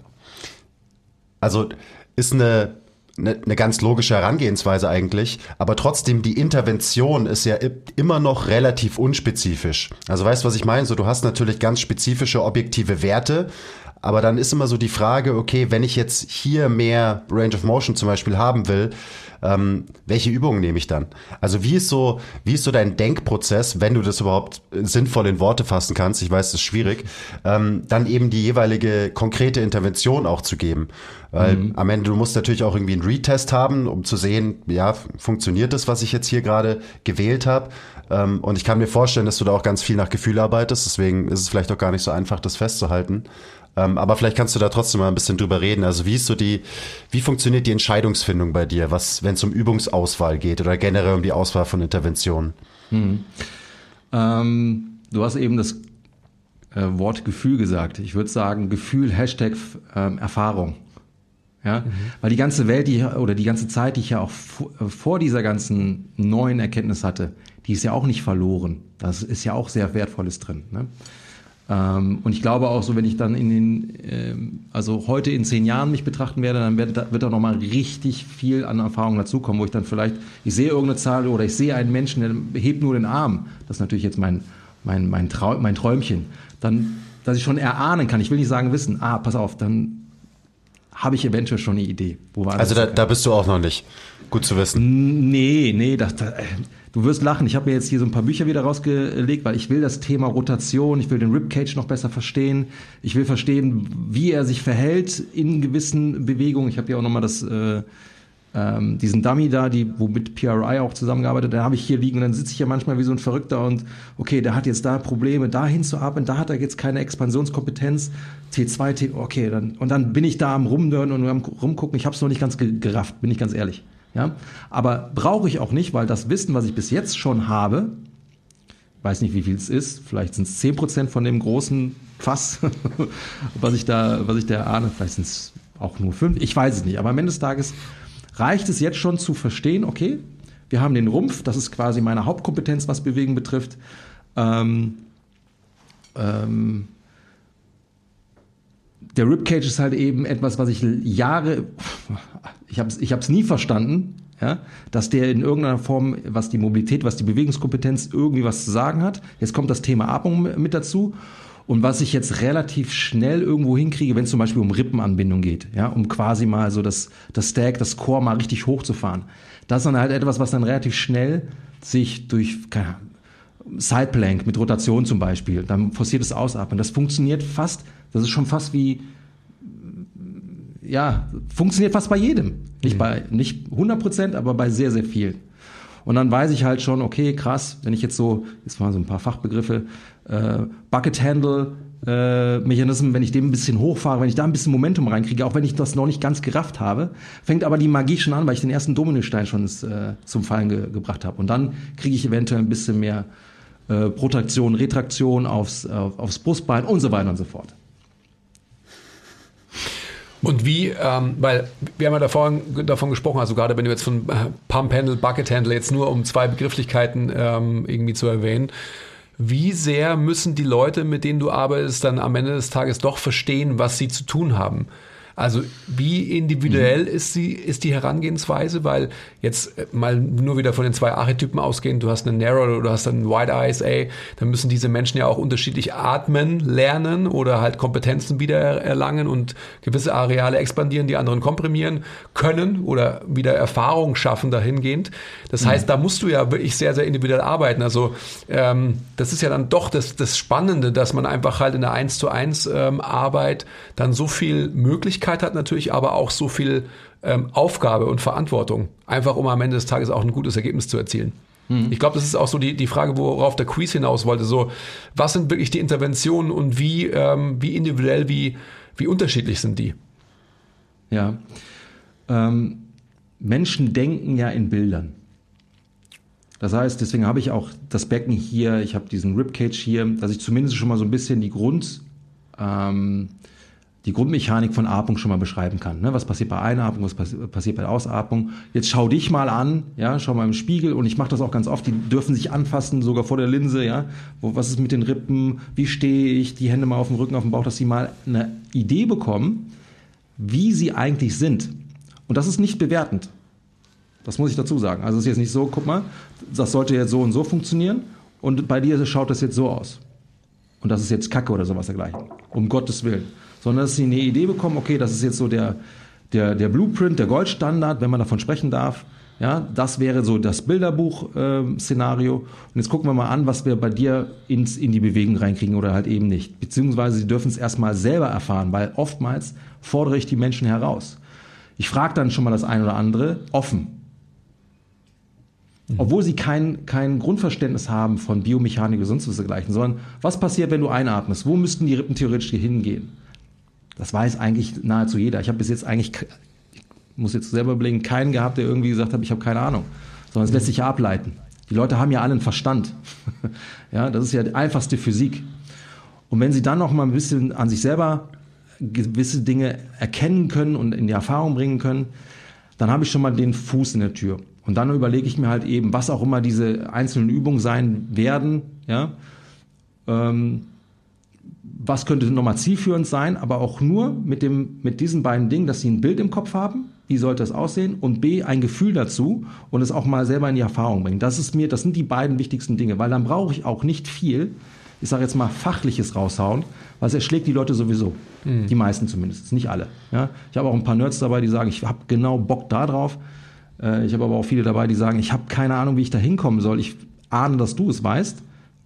Also ist eine ganz logische Herangehensweise eigentlich, aber trotzdem die Intervention ist ja immer noch relativ unspezifisch. Also weißt du, was ich meine? So, du hast natürlich ganz spezifische objektive Werte, aber dann ist immer so die Frage, okay, wenn ich jetzt hier mehr Range of Motion zum Beispiel haben will, welche Übungen nehme ich dann? Also wie ist so dein Denkprozess, wenn du das überhaupt sinnvoll in Worte fassen kannst, ich weiß, das ist schwierig, dann eben die jeweilige konkrete Intervention auch zu geben. Weil am Ende, du musst natürlich auch irgendwie einen Retest haben, um zu sehen, ja, funktioniert das, was ich jetzt hier gerade gewählt habe? Und ich kann mir vorstellen, dass du da auch ganz viel nach Gefühl arbeitest, deswegen ist es vielleicht auch gar nicht so einfach, das festzuhalten. Aber vielleicht kannst du da trotzdem mal ein bisschen drüber reden. Also wie funktioniert die Entscheidungsfindung bei dir, wenn es um Übungsauswahl geht oder generell um die Auswahl von Interventionen? Du hast eben das Wort Gefühl gesagt. Ich würde sagen Gefühl, Hashtag Erfahrung. Ja, weil die ganze Welt, die ganze Zeit, die ich ja auch vor dieser ganzen neuen Erkenntnis hatte, die ist ja auch nicht verloren. Das ist ja auch sehr Wertvolles drin, ne? Und ich glaube auch so, wenn ich dann also heute in 10 Jahren mich betrachten werde, dann wird da nochmal richtig viel an Erfahrung dazukommen, wo ich dann vielleicht, ich sehe irgendeine Zahl oder ich sehe einen Menschen, der hebt nur den Arm. Das ist natürlich jetzt mein Träumchen. Dann, dass ich schon erahnen kann, ich will nicht sagen wissen, pass auf, dann habe ich eventuell schon eine Idee. Also da bist du auch noch nicht. Gut zu wissen. Nee, du wirst lachen. Ich habe mir jetzt hier so ein paar Bücher wieder rausgelegt, weil ich will das Thema Rotation, ich will den Ribcage noch besser verstehen. Ich will verstehen, wie er sich verhält in gewissen Bewegungen. Ich habe ja auch nochmal diesen Dummy da, womit PRI auch zusammengearbeitet, da habe ich hier liegen und dann sitze ich ja manchmal wie so ein Verrückter und okay, der hat jetzt da Probleme, da hinzuatmen, da hat er jetzt keine Expansionskompetenz, T2, okay, dann bin ich da am Rumnörden und am Rumgucken, ich habe es noch nicht ganz gerafft, bin ich ganz ehrlich. Ja? Aber brauche ich auch nicht, weil das Wissen, was ich bis jetzt schon habe, weiß nicht, wie viel es ist, vielleicht sind es 10% von dem großen Fass, was ich da ahne, vielleicht sind es auch nur 5, ich weiß es nicht, aber am Ende des Tages reicht es jetzt schon zu verstehen, okay, wir haben den Rumpf, das ist quasi meine Hauptkompetenz, was Bewegen betrifft. Der Ribcage ist halt eben etwas, was ich hab's nie verstanden, ja, dass der in irgendeiner Form, was die Mobilität, was die Bewegungskompetenz irgendwie was zu sagen hat. Jetzt kommt das Thema Atmung mit dazu. Und was ich jetzt relativ schnell irgendwo hinkriege, wenn es zum Beispiel um Rippenanbindung geht, ja, um quasi mal so das Stack, das Core mal richtig hochzufahren. Das ist dann halt etwas, was dann relativ schnell sich durch Sideplank mit Rotation zum Beispiel, dann forciertes Ausatmen, das funktioniert fast, das ist schon fast wie, ja, funktioniert fast bei jedem. Nicht 100%, aber bei sehr, sehr vielen. Und dann weiß ich halt schon, okay, krass, wenn ich jetzt waren so ein paar Fachbegriffe, Bucket Handle Mechanismen, wenn ich den ein bisschen hochfahre, wenn ich da ein bisschen Momentum reinkriege, auch wenn ich das noch nicht ganz gerafft habe, fängt aber die Magie schon an, weil ich den ersten Dominostein schon zum Fallen gebracht habe. Und dann kriege ich eventuell ein bisschen mehr Protraktion, Retraktion aufs Brustbein und so weiter und so fort. Und wie, weil wir haben ja davon gesprochen, also gerade wenn du jetzt von Pump Handle, Bucket Handle, jetzt nur um 2 Begrifflichkeiten irgendwie zu erwähnen, wie sehr müssen die Leute, mit denen du arbeitest, dann am Ende des Tages doch verstehen, was sie zu tun haben? Also wie individuell ist die Herangehensweise? Weil jetzt mal nur wieder von den 2 Archetypen ausgehen, du hast einen Narrow oder du hast einen Wide ISA, dann müssen diese Menschen ja auch unterschiedlich atmen lernen oder halt Kompetenzen wieder erlangen und gewisse Areale expandieren, die anderen komprimieren können oder wieder Erfahrung schaffen dahingehend. Das heißt, da musst du ja wirklich sehr, sehr individuell arbeiten. Also das ist ja dann doch das Spannende, dass man einfach halt in der 1:1 Arbeit dann so viel Möglichkeit hat natürlich, aber auch so viel Aufgabe und Verantwortung, einfach um am Ende des Tages auch ein gutes Ergebnis zu erzielen. Ich glaube, das ist auch so die Frage, worauf der Quiz hinaus wollte. So, was sind wirklich die Interventionen und wie individuell, wie unterschiedlich sind die? Ja. Menschen denken ja in Bildern. Das heißt, deswegen habe ich auch das Becken hier, ich habe diesen Ribcage hier, dass ich zumindest schon mal so ein bisschen die Grundmechanik von Atmung schon mal beschreiben kann. Ne? Was passiert bei Einatmung, was passiert bei der Ausatmung. Jetzt schau dich mal an, ja, schau mal im Spiegel, und ich mache das auch ganz oft, die dürfen sich anfassen, sogar vor der Linse, ja. Was ist mit den Rippen, wie stehe ich, die Hände mal auf dem Rücken, auf dem Bauch, dass sie mal eine Idee bekommen, wie sie eigentlich sind. Und das ist nicht bewertend. Das muss ich dazu sagen. Also es ist jetzt nicht so, guck mal, das sollte jetzt so und so funktionieren und bei dir schaut das jetzt so aus. Und das ist jetzt Kacke oder sowas dergleichen. Um Gottes Willen. Sondern dass sie eine Idee bekommen, okay, das ist jetzt so der Blueprint, der Goldstandard, wenn man davon sprechen darf. Ja, das wäre so das Bilderbuch-Szenario. Und jetzt gucken wir mal an, was wir bei dir in die Bewegung reinkriegen oder halt eben nicht. Beziehungsweise sie dürfen es erstmal selber erfahren, weil oftmals fordere ich die Menschen heraus. Ich frage dann schon mal das ein oder andere offen. Obwohl sie kein Grundverständnis haben von Biomechanik oder sonst was dergleichen, sondern was passiert, wenn du einatmest? Wo müssten die Rippen theoretisch hingehen? Das weiß eigentlich nahezu jeder. Ich habe bis jetzt eigentlich, ich muss jetzt selber überlegen, keinen gehabt, der irgendwie gesagt hat, ich habe keine Ahnung. Sondern es lässt sich ja ableiten. Die Leute haben ja alle einen Verstand. Ja, das ist ja die einfachste Physik. Und wenn sie dann noch mal ein bisschen an sich selber gewisse Dinge erkennen können und in die Erfahrung bringen können, dann habe ich schon mal den Fuß in der Tür. Und dann überlege ich mir halt eben, was auch immer diese einzelnen Übungen sein werden, ja, was könnte nochmal zielführend sein, aber auch nur mit diesen beiden Dingen, dass sie ein Bild im Kopf haben, wie sollte es aussehen, und B, ein Gefühl dazu und es auch mal selber in die Erfahrung bringen. Das sind die beiden wichtigsten Dinge, weil dann brauche ich auch nicht viel, ich sage jetzt mal Fachliches raushauen, weil es erschlägt die Leute sowieso, die meisten zumindest, nicht alle. Ja. Ich habe auch ein paar Nerds dabei, die sagen, ich habe genau Bock da drauf. Ich habe aber auch viele dabei, die sagen, ich habe keine Ahnung, wie ich da hinkommen soll. Ich ahne, dass du es weißt.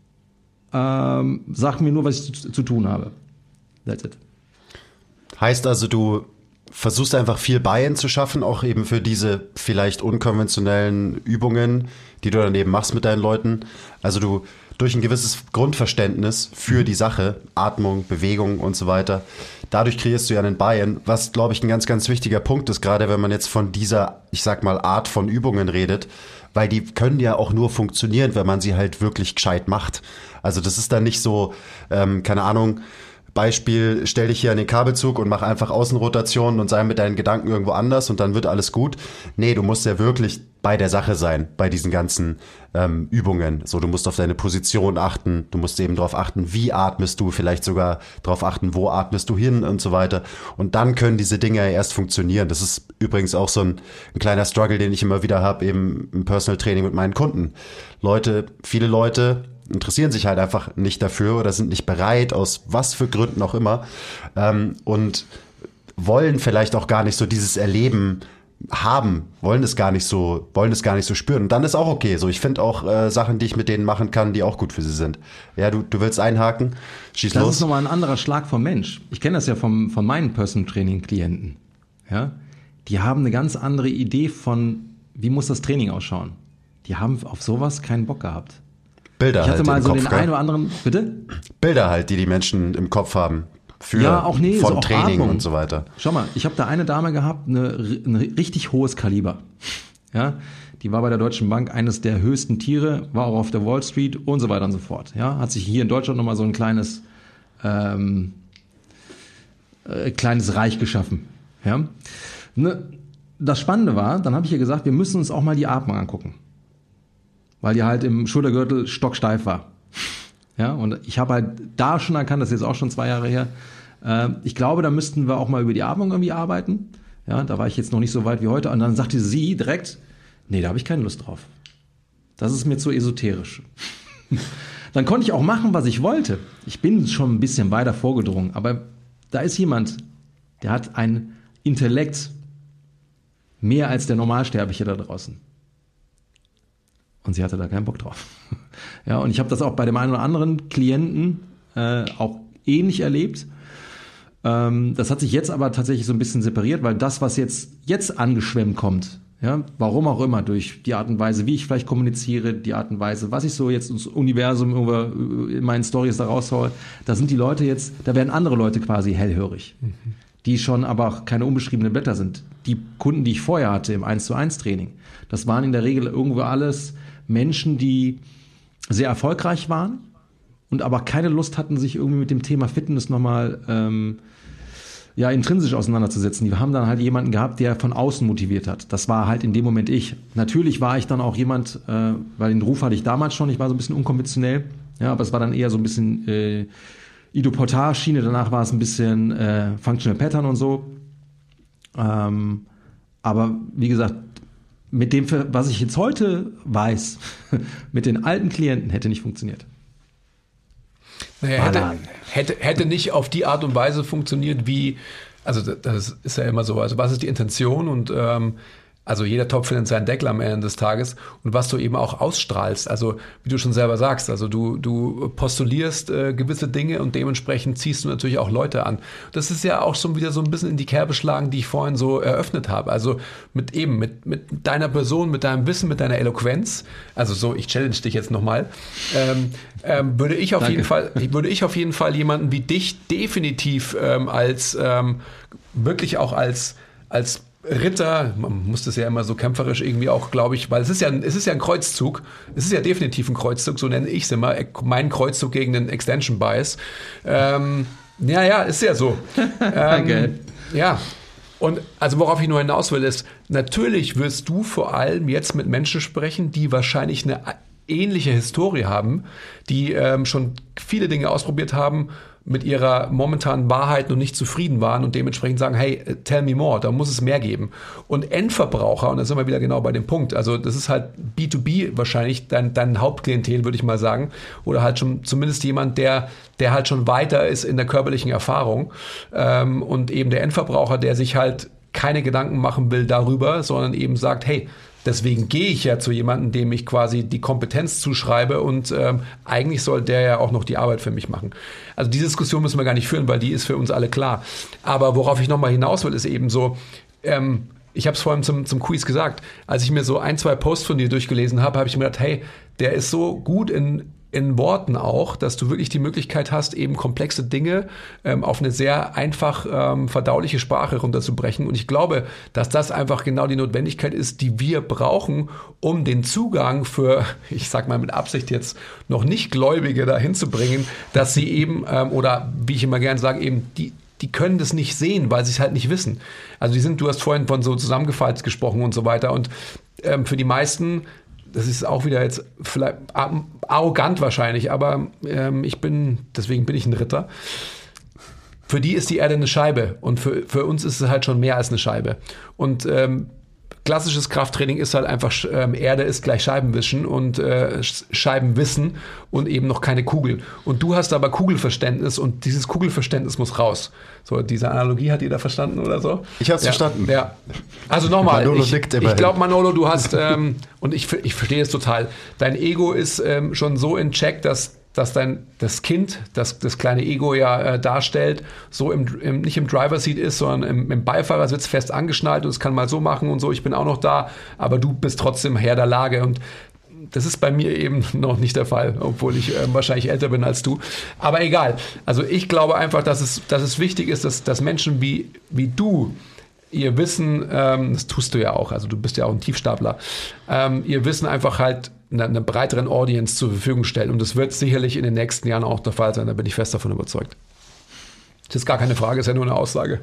Sag mir nur, was ich zu tun habe. That's it. Heißt also, du versuchst einfach viel Buy-in zu schaffen, auch eben für diese vielleicht unkonventionellen Übungen, die du dann eben machst mit deinen Leuten. Also du durch ein gewisses Grundverständnis für die Sache, Atmung, Bewegung und so weiter, dadurch kreierst du ja einen Buy-in, was, glaube ich, ein ganz, ganz wichtiger Punkt ist, gerade wenn man jetzt von dieser, ich sag mal, Art von Übungen redet, weil die können ja auch nur funktionieren, wenn man sie halt wirklich gescheit macht. Also das ist dann nicht so, keine Ahnung, Beispiel, stell dich hier an den Kabelzug und mach einfach Außenrotationen und sei mit deinen Gedanken irgendwo anders und dann wird alles gut. Nee, du musst ja wirklich bei der Sache sein, bei diesen ganzen Übungen. So, du musst auf deine Position achten, du musst eben darauf achten, wie atmest du, vielleicht sogar darauf achten, wo atmest du hin und so weiter. Und dann können diese Dinge ja erst funktionieren. Das ist übrigens auch so ein kleiner Struggle, den ich immer wieder habe, eben im Personal Training mit meinen Kunden. Viele Leute interessieren sich halt einfach nicht dafür oder sind nicht bereit, aus was für Gründen auch immer, und wollen vielleicht auch gar nicht so dieses Erleben haben, wollen es gar nicht so spüren. Und dann ist auch okay. So, ich finde auch Sachen, die ich mit denen machen kann, die auch gut für sie sind. Ja, du willst einhaken, schieß los. Das ist nochmal ein anderer Schlag vom Mensch. Ich kenne das ja von meinen Personal Training Klienten. Ja, die haben eine ganz andere Idee von, wie muss das Training ausschauen. Die haben auf sowas keinen Bock gehabt. Bilder ich hatte halt mal im so Kopf, den einen oder anderen, bitte? Bilder halt, die Menschen im Kopf haben. Von Training Atmung und so weiter. Schau mal, ich habe da eine Dame gehabt, ein richtig hohes Kaliber. Ja, die war bei der Deutschen Bank eines der höchsten Tiere, war auch auf der Wall Street und so weiter und so fort. Ja, hat sich hier in Deutschland nochmal so ein kleines Reich geschaffen. Ja, das Spannende war, dann habe ich ihr gesagt, wir müssen uns auch mal die Atmung angucken. Weil die halt im Schultergürtel stocksteif war. Ja, und ich habe halt da schon erkannt, das ist jetzt auch schon 2 Jahre her, ich glaube, da müssten wir auch mal über die Atmung irgendwie arbeiten. Ja, da war ich jetzt noch nicht so weit wie heute. Und dann sagte sie direkt, nee, da habe ich keine Lust drauf. Das ist mir zu esoterisch. Dann konnte ich auch machen, was ich wollte. Ich bin schon ein bisschen weiter vorgedrungen. Aber da ist jemand, der hat ein Intellekt mehr als der Normalsterbliche da draußen. Und sie hatte da keinen Bock drauf. Ja, und ich habe das auch bei dem einen oder anderen Klienten auch ähnlich erlebt. Das hat sich jetzt aber tatsächlich so ein bisschen separiert, weil das, was jetzt angeschwemmt kommt, Ja, warum auch immer, durch die Art und Weise, wie ich vielleicht kommuniziere, die Art und Weise, was ich so jetzt ins Universum in meinen Storys da raushole, da sind die Leute jetzt, da werden andere Leute quasi hellhörig, die schon aber auch keine unbeschriebenen Blätter sind. Die Kunden, die ich vorher hatte im 1:1 Training, das waren in der Regel irgendwo alles Menschen, die sehr erfolgreich waren und aber keine Lust hatten, sich irgendwie mit dem Thema Fitness nochmal intrinsisch auseinanderzusetzen. Die haben dann halt jemanden gehabt, der von außen motiviert hat. Das war halt in dem Moment ich. Natürlich war ich dann auch jemand, weil den Ruf hatte ich damals schon, ich war so ein bisschen unkonventionell, ja, aber es war dann eher so ein bisschen Ido Portal-Schiene, danach war es ein bisschen Functional Pattern und so. Aber wie gesagt, mit dem, was ich jetzt heute weiß, mit den alten Klienten hätte nicht funktioniert. Naja, hätte nicht auf die Art und Weise funktioniert, wie, also das ist ja immer so, also was ist die Intention und also jeder Topf findet seinen Deckel am Ende des Tages und was du eben auch ausstrahlst, also wie du schon selber sagst, also du postulierst gewisse Dinge und dementsprechend ziehst du natürlich auch Leute an. Das ist ja auch schon wieder so ein bisschen in die Kerbe schlagen, die ich vorhin so eröffnet habe, also mit deiner Person, mit deinem Wissen, mit deiner Eloquenz, also so, ich challenge dich jetzt nochmal, würde ich auf jeden Fall jemanden wie dich definitiv als wirklich auch als Ritter, man muss das ja immer so kämpferisch irgendwie auch, glaube ich, weil es ist ja ein Kreuzzug, es ist ja definitiv ein Kreuzzug, so nenne ich es immer, mein Kreuzzug gegen den Extension Bias. Ist ja so. Okay. Ja, und also worauf ich nur hinaus will, ist, natürlich wirst du vor allem jetzt mit Menschen sprechen, die wahrscheinlich eine ähnliche Historie haben, die schon viele Dinge ausprobiert haben, mit ihrer momentanen Wahrheit noch nicht zufrieden waren und dementsprechend sagen, hey, tell me more, da muss es mehr geben. Und Endverbraucher, und da sind wir wieder genau bei dem Punkt, also das ist halt B2B wahrscheinlich dein Hauptklientel, würde ich mal sagen, oder halt schon zumindest jemand, der halt schon weiter ist in der körperlichen Erfahrung und eben der Endverbraucher, der sich halt keine Gedanken machen will darüber, sondern eben sagt, hey, deswegen gehe ich ja zu jemandem, dem ich quasi die Kompetenz zuschreibe und eigentlich soll der ja auch noch die Arbeit für mich machen. Also diese Diskussion müssen wir gar nicht führen, weil die ist für uns alle klar. Aber worauf ich nochmal hinaus will, ist eben so, ich habe es vorhin zum Quiz gesagt, als ich mir so 1-2 Posts von dir durchgelesen habe, habe ich mir gedacht, hey, der ist so gut in Worten auch, dass du wirklich die Möglichkeit hast, eben komplexe Dinge auf eine sehr einfach verdauliche Sprache runterzubrechen. Und ich glaube, dass das einfach genau die Notwendigkeit ist, die wir brauchen, um den Zugang für, ich sag mal mit Absicht jetzt, noch nicht Gläubige dahin zu bringen, dass sie eben, oder wie ich immer gerne sage, eben die können das nicht sehen, weil sie es halt nicht wissen. Also du hast vorhin von so zusammengefaltet gesprochen und so weiter. Und für die meisten, das ist auch wieder jetzt vielleicht arrogant wahrscheinlich, aber deswegen bin ich ein Ritter. Für die ist die Erde eine Scheibe und für uns ist es halt schon mehr als eine Scheibe. Und klassisches Krafttraining ist halt einfach, Erde ist gleich Scheibenwischen und Scheibenwissen und eben noch keine Kugel. Und du hast aber Kugelverständnis und dieses Kugelverständnis muss raus. So, diese Analogie hat jeder verstanden oder so? Ich habe es verstanden. Ja. Also nochmal, ich glaube, Manolo, du hast, und ich verstehe es total, dein Ego ist schon so in Check, dass das Kind, das kleine Ego ja darstellt, so nicht im Driver-Seat ist, sondern im Beifahrersitz fest angeschnallt und es kann mal so machen und so, ich bin auch noch da, aber du bist trotzdem Herr der Lage und das ist bei mir eben noch nicht der Fall, obwohl ich wahrscheinlich älter bin als du. Aber egal. Also ich glaube einfach, dass es wichtig ist, dass Menschen wie du ihr Wissen, das tust du ja auch, also du bist ja auch ein Tiefstapler, ihr Wissen einfach halt einer breiteren Audience zur Verfügung stellen. Und das wird sicherlich in den nächsten Jahren auch der Fall sein, da bin ich fest davon überzeugt. Das ist gar keine Frage, ist ja nur eine Aussage.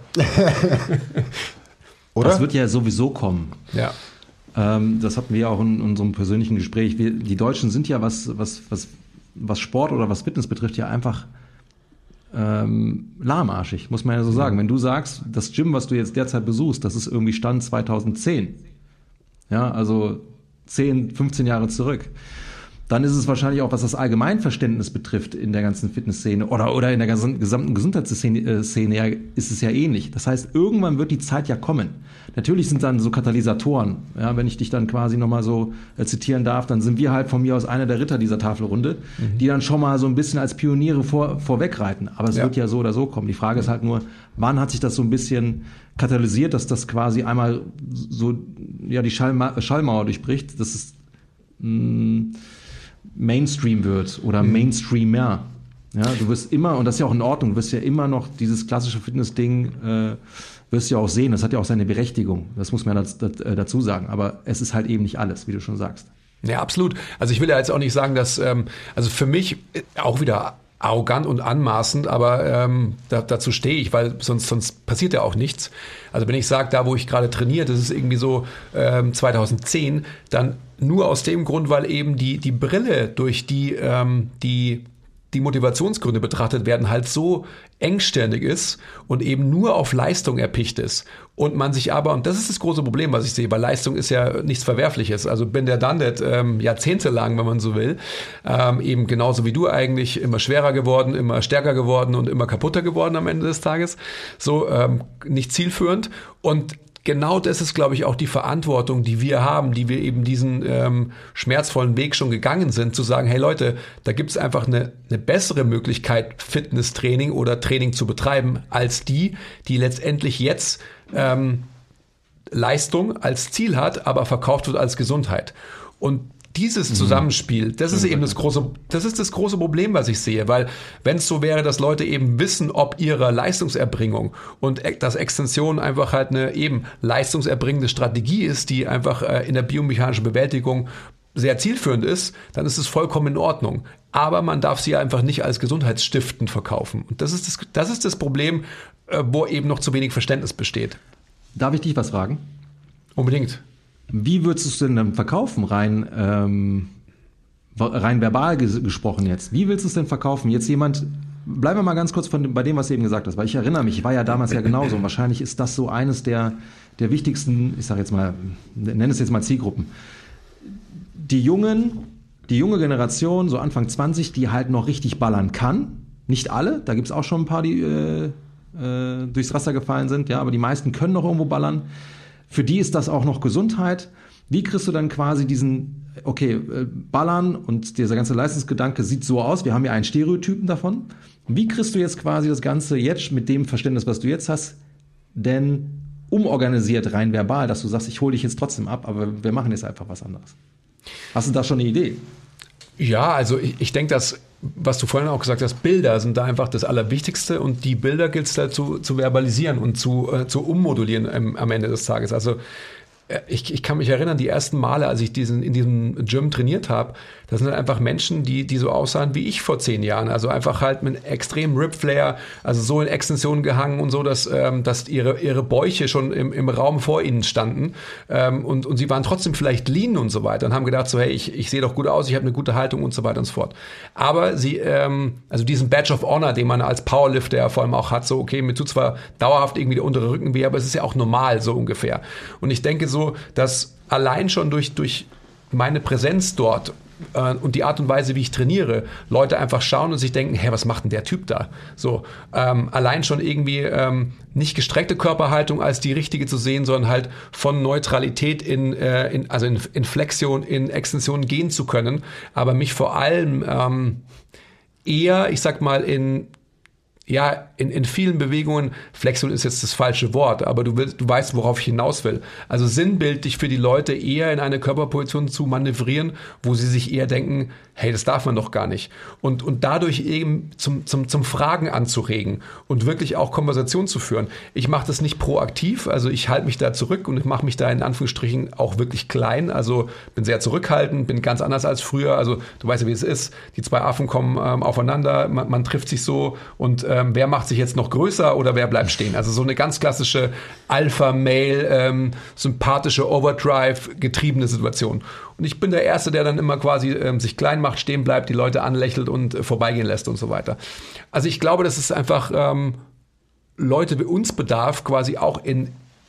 Oder? Das wird ja sowieso kommen. Ja. Das hatten wir auch in unserem persönlichen Gespräch. Die Deutschen sind ja, was Sport oder was Fitness betrifft, ja einfach lahmarschig, muss man ja so sagen. Wenn du sagst, das Gym, was du jetzt derzeit besuchst, das ist irgendwie Stand 2010. Ja, also 10, 15 Jahre zurück. dann ist es wahrscheinlich auch, was das Allgemeinverständnis betrifft in der ganzen Fitnessszene oder in der gesamten Gesundheitsszene, ja, ist es ja ähnlich. Das heißt, irgendwann wird die Zeit ja kommen. Natürlich sind dann so Katalysatoren, ja, wenn ich dich dann quasi nochmal so zitieren darf, dann sind wir halt von mir aus einer der Ritter dieser Tafelrunde, die dann schon mal so ein bisschen als Pioniere vorwegreiten. Aber es wird ja so oder so kommen. Die Frage ist halt nur, wann hat sich das so ein bisschen katalysiert, dass das quasi einmal so ja die Schallmauer durchbricht, dass es Mainstream wird oder Mainstreamer. Ja, du wirst immer, und das ist ja auch in Ordnung, du wirst ja immer noch dieses klassische Fitness-Ding wirst du ja auch sehen, das hat ja auch seine Berechtigung, das muss man dazu sagen, aber es ist halt eben nicht alles, wie du schon sagst. Ja, absolut. Also ich will ja jetzt auch nicht sagen, dass, also für mich auch wieder arrogant und anmaßend, aber dazu stehe ich, weil sonst passiert ja auch nichts. Also wenn ich sage, da wo ich gerade trainiere, das ist irgendwie so 2010, dann nur aus dem Grund, weil eben die Brille durch die Motivationsgründe betrachtet werden, halt so engstirnig ist und eben nur auf Leistung erpicht ist. Und man sich aber, und das ist das große Problem, was ich sehe, weil Leistung ist ja nichts Verwerfliches. Also bin der Dandet jahrzehntelang, wenn man so will, eben genauso wie du eigentlich, immer schwerer geworden, immer stärker geworden und immer kaputter geworden am Ende des Tages. So nicht zielführend. Und genau das ist, glaube ich, auch die Verantwortung, die wir haben, die wir eben diesen schmerzvollen Weg schon gegangen sind, zu sagen, hey Leute, da gibt es einfach eine bessere Möglichkeit, Fitnesstraining oder Training zu betreiben, als die letztendlich jetzt Leistung als Ziel hat, aber verkauft wird als Gesundheit. Und dieses Zusammenspiel, das ist eben das große Problem, was ich sehe, weil wenn es so wäre, dass Leute eben wissen, ob ihre Leistungserbringung und dass Extension einfach halt eine eben leistungserbringende Strategie ist, die einfach in der biomechanischen Bewältigung sehr zielführend ist, dann ist es vollkommen in Ordnung. Aber man darf sie einfach nicht als gesundheitsstiftend verkaufen. Und das ist das Problem, wo eben noch zu wenig Verständnis besteht. Darf ich dich was fragen? Unbedingt. Wie würdest du es denn dann verkaufen, rein verbal gesprochen jetzt? Wie willst du es denn verkaufen? Jetzt bleiben wir mal ganz kurz bei dem, was du eben gesagt hast, weil ich erinnere mich, ich war ja damals ja genauso und wahrscheinlich ist das so eines der wichtigsten, ich sage jetzt mal, nenne es jetzt mal Zielgruppen. Die junge Generation, so Anfang 20, die halt noch richtig ballern kann. Nicht alle, da gibt es auch schon ein paar, die durchs Raster gefallen sind, ja, aber die meisten können noch irgendwo ballern. Für die ist das auch noch Gesundheit. Wie kriegst du dann quasi diesen, Ballern und dieser ganze Leistungsgedanke sieht so aus, wir haben ja einen Stereotypen davon. Wie kriegst du jetzt quasi das Ganze jetzt mit dem Verständnis, was du jetzt hast, denn umorganisiert rein verbal, dass du sagst, ich hole dich jetzt trotzdem ab, aber wir machen jetzt einfach was anderes? Hast du da schon eine Idee? Ja, also ich denke, dass, was du vorhin auch gesagt hast, Bilder sind da einfach das Allerwichtigste und die Bilder gilt es dazu zu verbalisieren und zu ummodulieren am Ende des Tages. Also ich kann mich erinnern, die ersten Male, als ich in diesem Gym trainiert habe, das sind einfach Menschen, die so aussahen wie ich vor 10 Jahren. Also einfach halt mit extremem Rip-Flare, also so in Extensionen gehangen und so, dass ihre Bäuche schon im Raum vor ihnen standen. Und sie waren trotzdem vielleicht lean und so weiter und haben gedacht so, hey, ich sehe doch gut aus, ich habe eine gute Haltung und so weiter und so fort. Aber sie, also diesen Badge of Honor, den man als Powerlifter ja vor allem auch hat, so okay, mir tut zwar dauerhaft irgendwie der untere Rücken weh, aber es ist ja auch normal so ungefähr. Und ich denke so, dass allein schon durch meine Präsenz dort und die Art und Weise, wie ich trainiere, Leute einfach schauen und sich denken, hey, was macht denn der Typ da? So, allein schon irgendwie nicht gestreckte Körperhaltung als die richtige zu sehen, sondern halt von Neutralität in Flexion, in Extension gehen zu können, aber mich vor allem eher, ich sag mal, in vielen Bewegungen, Flexion ist jetzt das falsche Wort, aber du weißt, worauf ich hinaus will. Also sinnbildlich für die Leute eher in eine Körperposition zu manövrieren, wo sie sich eher denken, hey, das darf man doch gar nicht. Und dadurch eben zum Fragen anzuregen und wirklich auch Konversation zu führen. Ich mache das nicht proaktiv, also ich halte mich da zurück und ich mache mich da in Anführungsstrichen auch wirklich klein, also bin sehr zurückhaltend, bin ganz anders als früher, also du weißt ja, wie es ist, die zwei Affen kommen aufeinander, man trifft sich so und wer macht sich jetzt noch größer oder wer bleibt stehen? Also so eine ganz klassische Alpha-Male, sympathische Overdrive-getriebene Situation. Und ich bin der Erste, der dann immer quasi sich klein macht, stehen bleibt, die Leute anlächelt und vorbeigehen lässt und so weiter. Also ich glaube, dass es einfach Leute wie uns bedarf, quasi auch in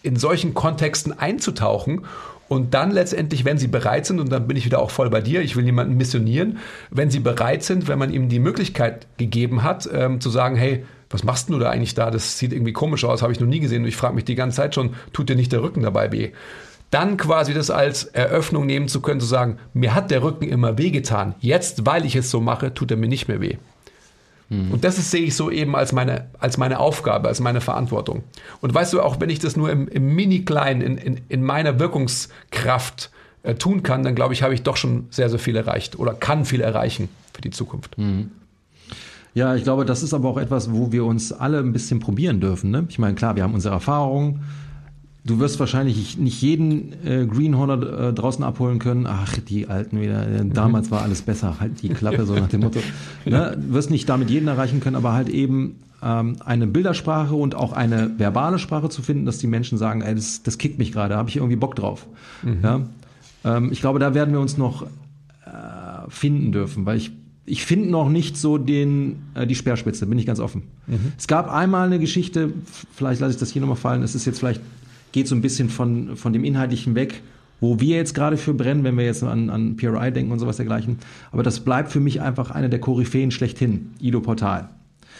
in solchen Kontexten einzutauchen und dann letztendlich, wenn sie bereit sind, und dann bin ich wieder auch voll bei dir, ich will niemanden missionieren, wenn sie bereit sind, wenn man ihm die Möglichkeit gegeben hat, zu sagen, hey, was machst du da eigentlich da? Das sieht irgendwie komisch aus, habe ich noch nie gesehen und ich frage mich die ganze Zeit schon, tut dir nicht der Rücken dabei weh? Dann quasi das als Eröffnung nehmen zu können, zu sagen, mir hat der Rücken immer wehgetan, jetzt, weil ich es so mache, tut er mir nicht mehr weh. Und das sehe ich so eben als meine Aufgabe, als meine Verantwortung. Und weißt du, auch wenn ich das nur im Mini-Kleinen, in meiner Wirkungskraft tun kann, dann glaube ich, habe ich doch schon sehr, sehr viel erreicht oder kann viel erreichen für die Zukunft. Ja, ich glaube, das ist aber auch etwas, wo wir uns alle ein bisschen probieren dürfen. Ne? Ich meine, klar, wir haben unsere Erfahrungen. Du wirst wahrscheinlich nicht jeden Greenhorner draußen abholen können. Ach, die Alten wieder. Damals war alles besser. Halt die Klappe, so nach dem Motto. Ne? Du wirst nicht damit jeden erreichen können, aber halt eben eine Bildersprache und auch eine verbale Sprache zu finden, dass die Menschen sagen, ey, das kickt mich gerade, da habe ich irgendwie Bock drauf. Ja? Ich glaube, da werden wir uns noch finden dürfen, weil ich finde noch nicht so die Speerspitze, bin ich ganz offen. Es gab einmal eine Geschichte, vielleicht lasse ich das hier nochmal fallen, es ist jetzt vielleicht geht so ein bisschen von dem Inhaltlichen weg, wo wir jetzt gerade für brennen, wenn wir jetzt an PRI denken und sowas dergleichen. Aber das bleibt für mich einfach einer der Koryphäen schlechthin, Ido Portal.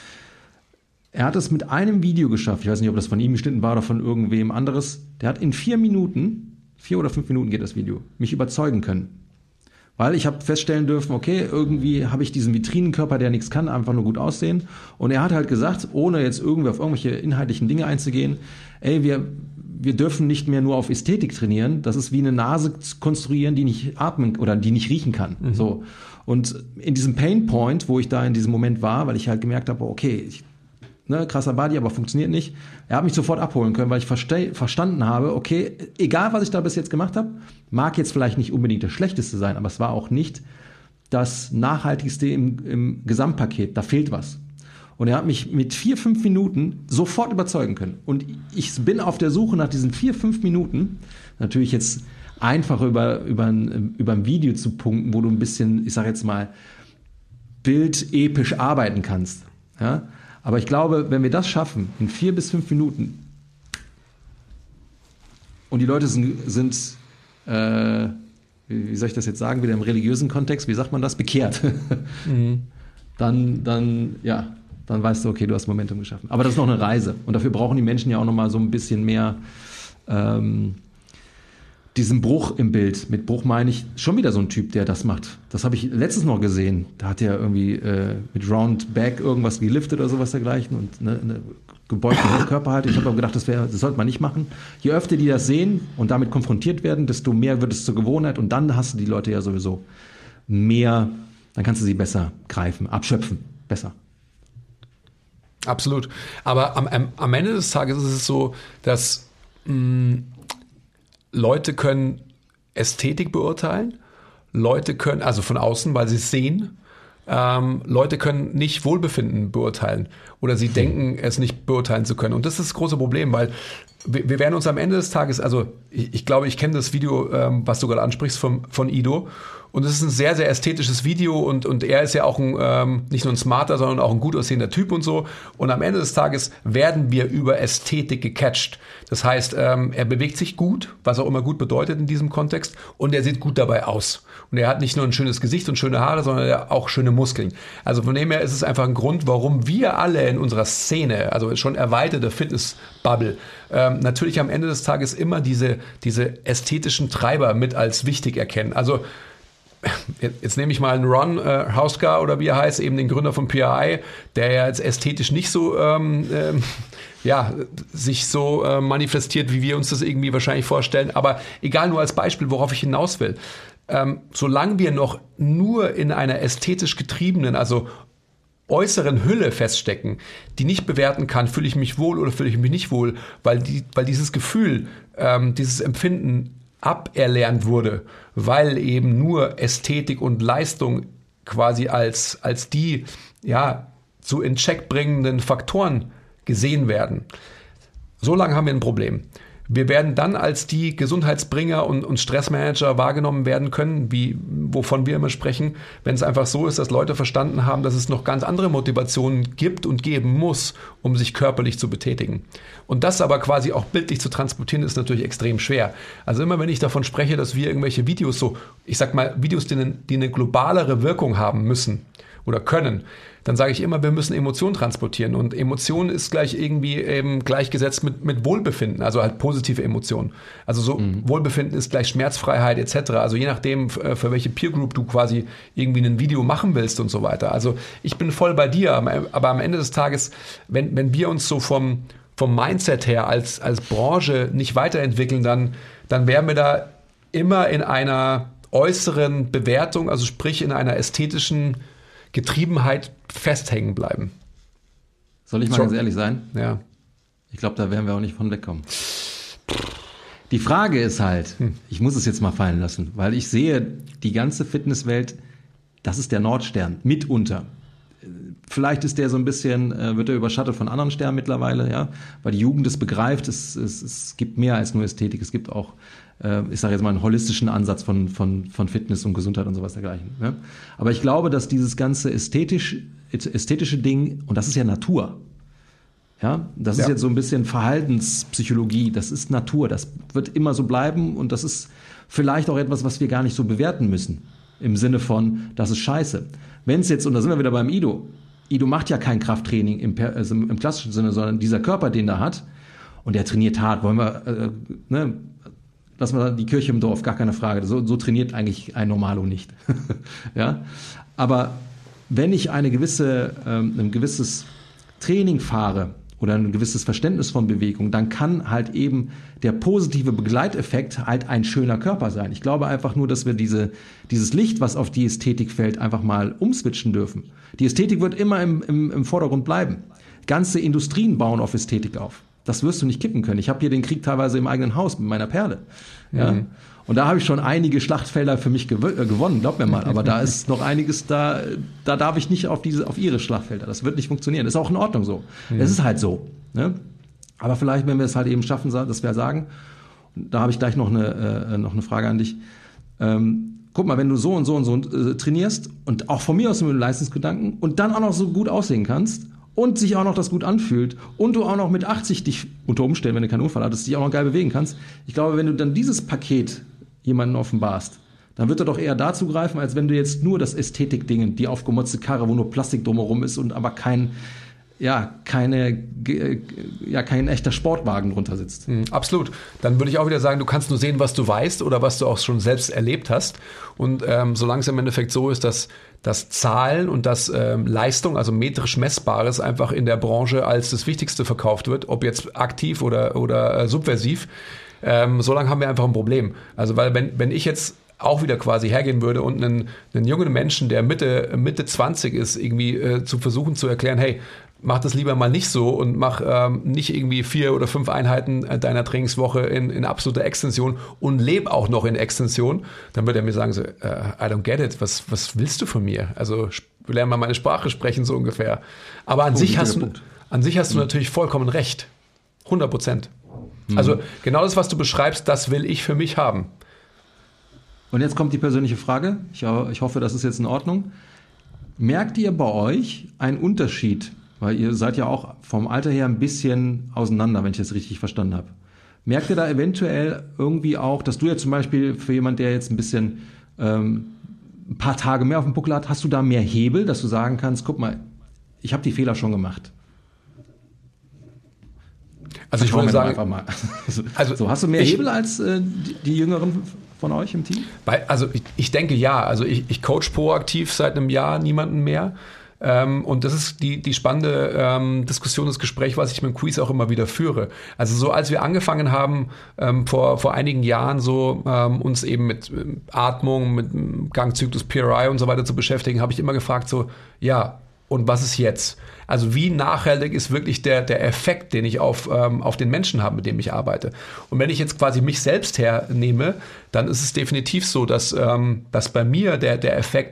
Er hat es mit einem Video geschafft, ich weiß nicht, ob das von ihm geschnitten war oder von irgendwem anderes, der hat in 4 oder 5 Minuten geht das Video, mich überzeugen können. Weil ich habe feststellen dürfen, okay, irgendwie habe ich diesen Vitrinenkörper, der nichts kann, einfach nur gut aussehen. Und er hat halt gesagt, ohne jetzt irgendwie auf irgendwelche inhaltlichen Dinge einzugehen, ey, wir dürfen nicht mehr nur auf Ästhetik trainieren. Das ist wie eine Nase konstruieren, die nicht atmen oder die nicht riechen kann. So. Und in diesem Painpoint, wo ich da in diesem Moment war, weil ich halt gemerkt habe, okay, krasser Body, aber funktioniert nicht. Er hat mich sofort abholen können, weil ich verstanden habe, okay, egal was ich da bis jetzt gemacht habe, mag jetzt vielleicht nicht unbedingt das Schlechteste sein, aber es war auch nicht das Nachhaltigste im Gesamtpaket. Da fehlt was. Und er hat mich mit 4-5 Minuten sofort überzeugen können. Und ich bin auf der Suche nach diesen 4-5 Minuten, natürlich jetzt einfach über ein Video zu punkten, wo du ein bisschen, ich sage jetzt mal, bildepisch arbeiten kannst. Ja? Aber ich glaube, wenn wir das schaffen, in 4 bis 5 Minuten, und die Leute sind wie soll ich das jetzt sagen, wieder im religiösen Kontext, wie sagt man das, bekehrt, dann weißt du, okay, du hast Momentum geschaffen. Aber das ist noch eine Reise. Und dafür brauchen die Menschen ja auch noch mal so ein bisschen mehr diesen Bruch im Bild. Mit Bruch meine ich schon wieder so ein Typ, der das macht. Das habe ich letztens noch gesehen. Da hat er irgendwie mit Round Back irgendwas geliftet oder sowas dergleichen und eine gebeugte Körperhaltung. Ich habe aber gedacht, das sollte man nicht machen. Je öfter die das sehen und damit konfrontiert werden, desto mehr wird es zur Gewohnheit und dann hast du die Leute ja sowieso mehr, dann kannst du sie besser greifen, abschöpfen, besser. Absolut. Aber am Ende des Tages ist es so, dass Leute können Ästhetik beurteilen, Leute können, also von außen, weil sie es sehen, Leute können nicht Wohlbefinden beurteilen oder sie denken, es nicht beurteilen zu können. Und das ist das große Problem, weil wir werden uns am Ende des Tages, also ich glaube, ich kenne das Video, was du gerade ansprichst von Ido, und es ist ein sehr, sehr ästhetisches Video und er ist ja auch nicht nur ein smarter, sondern auch ein gut aussehender Typ und so. Und am Ende des Tages werden wir über Ästhetik gecatcht. Das heißt, er bewegt sich gut, was auch immer gut bedeutet in diesem Kontext, und er sieht gut dabei aus. Und er hat nicht nur ein schönes Gesicht und schöne Haare, sondern er hat auch schöne Muskeln. Also von dem her ist es einfach ein Grund, warum wir alle in unserer Szene, also schon erweiterte Fitness-Bubble, natürlich am Ende des Tages immer diese ästhetischen Treiber mit als wichtig erkennen. Also jetzt nehme ich mal einen Ron Hauska oder wie er heißt, eben den Gründer von PRI, der ja jetzt ästhetisch nicht so sich so manifestiert, wie wir uns das irgendwie wahrscheinlich vorstellen. Aber egal, nur als Beispiel, worauf ich hinaus will. Solange wir noch nur in einer ästhetisch getriebenen, also äußeren Hülle feststecken, die nicht bewerten kann, fühle ich mich wohl oder fühle ich mich nicht wohl, weil dieses Gefühl, dieses Empfinden aberlernt wurde, weil eben nur Ästhetik und Leistung quasi als die zu in Check bringenden Faktoren gesehen werden. So lange haben wir ein Problem. Wir werden dann als die Gesundheitsbringer und Stressmanager wahrgenommen werden können, wovon wir immer sprechen, wenn es einfach so ist, dass Leute verstanden haben, dass es noch ganz andere Motivationen gibt und geben muss, um sich körperlich zu betätigen. Und das aber quasi auch bildlich zu transportieren, ist natürlich extrem schwer. Also immer wenn ich davon spreche, dass wir irgendwelche Videos Videos, die eine globalere Wirkung haben müssen oder können, dann sage ich immer, wir müssen Emotionen transportieren. Und Emotionen ist gleich irgendwie eben gleichgesetzt mit Wohlbefinden, also halt positive Emotionen. Also so Wohlbefinden ist gleich Schmerzfreiheit etc. Also je nachdem, für welche Peer Group du quasi irgendwie ein Video machen willst und so weiter. Also ich bin voll bei dir, aber am Ende des Tages, wenn wir uns so vom Mindset her als Branche nicht weiterentwickeln, dann werden wir da immer in einer äußeren Bewertung, also sprich in einer ästhetischen Getriebenheit festhängen bleiben. Soll ich mal ganz ehrlich sein? Ja. Ich glaube, da werden wir auch nicht von wegkommen. Die Frage ist halt, ich muss es jetzt mal fallen lassen, weil ich sehe, die ganze Fitnesswelt, das ist der Nordstern, mitunter. Vielleicht ist der so ein bisschen, wird er überschattet von anderen Sternen mittlerweile, ja, weil die Jugend es begreift, es gibt mehr als nur Ästhetik, es gibt auch, ich sage jetzt mal, einen holistischen Ansatz von Fitness und Gesundheit und sowas dergleichen. Ne? Aber ich glaube, dass dieses ganze ästhetische Ding, und das ist ja Natur, ja, das ist jetzt so ein bisschen Verhaltenspsychologie, das ist Natur, das wird immer so bleiben und das ist vielleicht auch etwas, was wir gar nicht so bewerten müssen, im Sinne von, das ist scheiße. Wenn es jetzt, und da sind wir wieder beim Ido macht ja kein Krafttraining im klassischen Sinne, sondern dieser Körper, den er hat, und der trainiert hart, wollen wir, lassen wir die Kirche im Dorf, gar keine Frage. So trainiert eigentlich ein Normalo nicht. Ja? Aber wenn ich ein gewisses Training fahre oder ein gewisses Verständnis von Bewegung, dann kann halt eben der positive Begleiteffekt halt ein schöner Körper sein. Ich glaube einfach nur, dass wir dieses Licht, was auf die Ästhetik fällt, einfach mal umswitchen dürfen. Die Ästhetik wird immer im Vordergrund bleiben. Ganze Industrien bauen auf Ästhetik auf. Das wirst du nicht kippen können. Ich habe hier den Krieg teilweise im eigenen Haus mit meiner Perle. Ja? Und da habe ich schon einige Schlachtfelder für mich gewonnen, glaub mir mal. Aber da ist noch einiges, da darf ich nicht auf ihre Schlachtfelder. Das wird nicht funktionieren. Das ist auch in Ordnung so. Es ist halt so. Ne? Aber vielleicht, wenn wir es halt eben schaffen, dass wir sagen, da habe ich gleich noch eine Frage an dich. Guck mal, wenn du so und so und so trainierst und auch von mir aus mit dem Leistungsgedanken und dann auch noch so gut aussehen kannst und sich auch noch das gut anfühlt und du auch noch mit 80 dich unter Umständen, wenn du keinen Unfall hattest, dich auch noch geil bewegen kannst. Ich glaube, wenn du dann dieses Paket jemanden offenbarst, dann wird er doch eher dazu greifen, als wenn du jetzt nur das Ästhetik-Ding, die aufgemotzte Karre, wo nur Plastik drumherum ist und aber kein echter Sportwagen drunter sitzt. Absolut. Dann würde ich auch wieder sagen, du kannst nur sehen, was du weißt oder was du auch schon selbst erlebt hast. Und solange es im Endeffekt so ist, dass das Zahlen und das Leistung, also metrisch Messbares, einfach in der Branche als das Wichtigste verkauft wird, ob jetzt aktiv oder subversiv, solange haben wir einfach ein Problem. Also weil wenn ich jetzt auch wieder quasi hergehen würde und einen jungen Menschen, der Mitte 20 ist, irgendwie zu versuchen zu erklären, hey, mach das lieber mal nicht so und mach nicht irgendwie 4 oder 5 Einheiten deiner Trainingswoche in absoluter Extension und leb auch noch in Extension, dann würde er mir sagen so, I don't get it, was willst du von mir? Also lern mal meine Sprache sprechen, so ungefähr. Aber an sich hast du natürlich vollkommen recht. 100%. Also genau das, was du beschreibst, das will ich für mich haben. Und jetzt kommt die persönliche Frage. Ich hoffe, das ist jetzt in Ordnung. Merkt ihr bei euch einen Unterschied? Weil ihr seid ja auch vom Alter her ein bisschen auseinander, wenn ich das richtig verstanden habe. Merkt ihr da eventuell irgendwie auch, dass du jetzt zum Beispiel für jemand, der jetzt ein bisschen ein paar Tage mehr auf dem Buckel hat, hast du da mehr Hebel, dass du sagen kannst, guck mal, ich habe die Fehler schon gemacht? Also ich würde sagen, einfach mal. So, hast du mehr Hebel als die Jüngeren von euch im Team? Also ich denke ja. Also ich coach proaktiv seit einem Jahr niemanden mehr. Und das ist die spannende Diskussion, das Gespräch, was ich mit dem Quiz auch immer wieder führe. Also so als wir angefangen haben, vor einigen Jahren so uns eben mit Atmung, mit Gangzyklus, PRI und so weiter zu beschäftigen, habe ich immer gefragt so, ja, und was ist jetzt? Also wie nachhaltig ist wirklich der Effekt, den ich auf den Menschen habe, mit dem ich arbeite? Und wenn ich jetzt quasi mich selbst hernehme, dann ist es definitiv so, dass bei mir der Effekt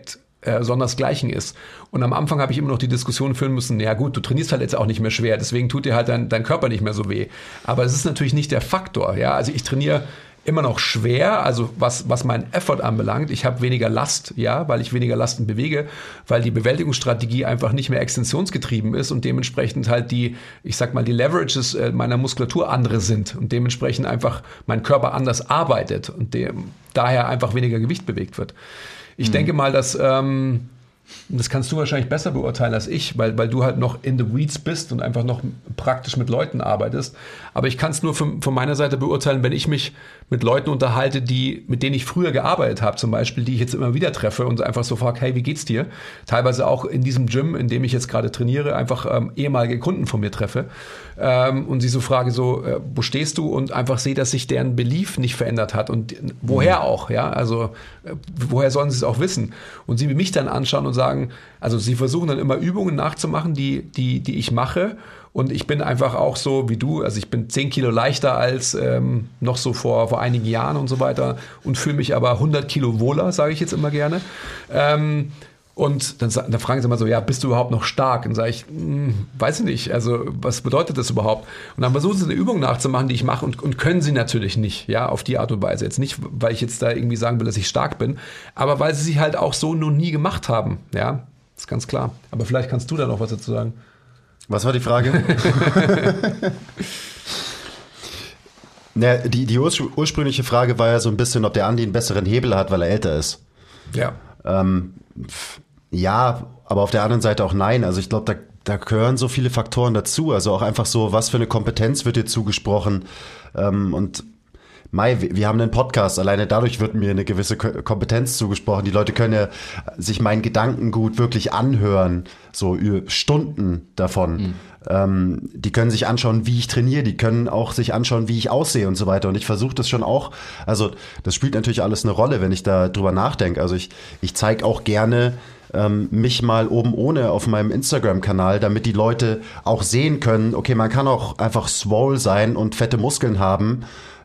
sondersgleichen ist. Und am Anfang habe ich immer noch die Diskussion führen müssen, ja gut, du trainierst halt jetzt auch nicht mehr schwer, deswegen tut dir halt dein Körper nicht mehr so weh. Aber es ist natürlich nicht der Faktor. Ja? Also ich trainiere immer noch schwer, also was meinen Effort anbelangt. Ich habe weniger Last, ja, weil ich weniger Lasten bewege, weil die Bewältigungsstrategie einfach nicht mehr extensionsgetrieben ist und dementsprechend halt die Leverages meiner Muskulatur andere sind und dementsprechend einfach mein Körper anders arbeitet und daher einfach weniger Gewicht bewegt wird. Ich denke mal, dass das kannst du wahrscheinlich besser beurteilen als ich, weil du halt noch in the weeds bist und einfach noch praktisch mit Leuten arbeitest. Aber ich kann es nur von meiner Seite beurteilen, wenn ich mich mit Leuten unterhalte, mit denen ich früher gearbeitet habe, zum Beispiel, die ich jetzt immer wieder treffe und einfach so frage, hey, wie geht's dir? Teilweise auch in diesem Gym, in dem ich jetzt gerade trainiere, einfach ehemalige Kunden von mir treffe und sie so frage, wo stehst du? Und einfach sehe, dass sich deren Belief nicht verändert hat und woher auch, ja, also woher sollen sie es auch wissen? Und sie mich dann anschauen und sagen, also sie versuchen dann immer Übungen nachzumachen, die ich mache. Und ich bin einfach auch so wie du, also ich bin 10 Kilo leichter als noch so vor einigen Jahren und so weiter und fühle mich aber 100 Kilo wohler, sage ich jetzt immer gerne. Und dann fragen sie mal so, ja, bist du überhaupt noch stark? Und dann sage ich, weiß ich nicht, also was bedeutet das überhaupt? Und dann versuchen sie eine Übung nachzumachen, die ich mache und können sie natürlich nicht, ja, auf die Art und Weise. Jetzt nicht, weil ich jetzt da irgendwie sagen will, dass ich stark bin, aber weil sie sich halt auch so noch nie gemacht haben, ja, ist ganz klar. Aber vielleicht kannst du da noch was dazu sagen. Was war die Frage? Die ursprüngliche Frage war ja so ein bisschen, ob der Andi einen besseren Hebel hat, weil er älter ist. Ja. Ja, aber auf der anderen Seite auch nein. Also ich glaube, da gehören so viele Faktoren dazu. Also auch einfach so, was für eine Kompetenz wird dir zugesprochen. Und wir haben einen Podcast, alleine dadurch wird mir eine gewisse Kompetenz zugesprochen. Die Leute können ja sich meinen Gedankengut wirklich anhören, so Stunden davon. Die können sich anschauen, wie ich trainiere, die können auch sich anschauen, wie ich aussehe und so weiter. Und ich versuche das schon auch, also das spielt natürlich alles eine Rolle, wenn ich da drüber nachdenke. Also ich zeige auch gerne mich mal oben ohne auf meinem Instagram-Kanal, damit die Leute auch sehen können, okay, man kann auch einfach swole sein und fette Muskeln haben.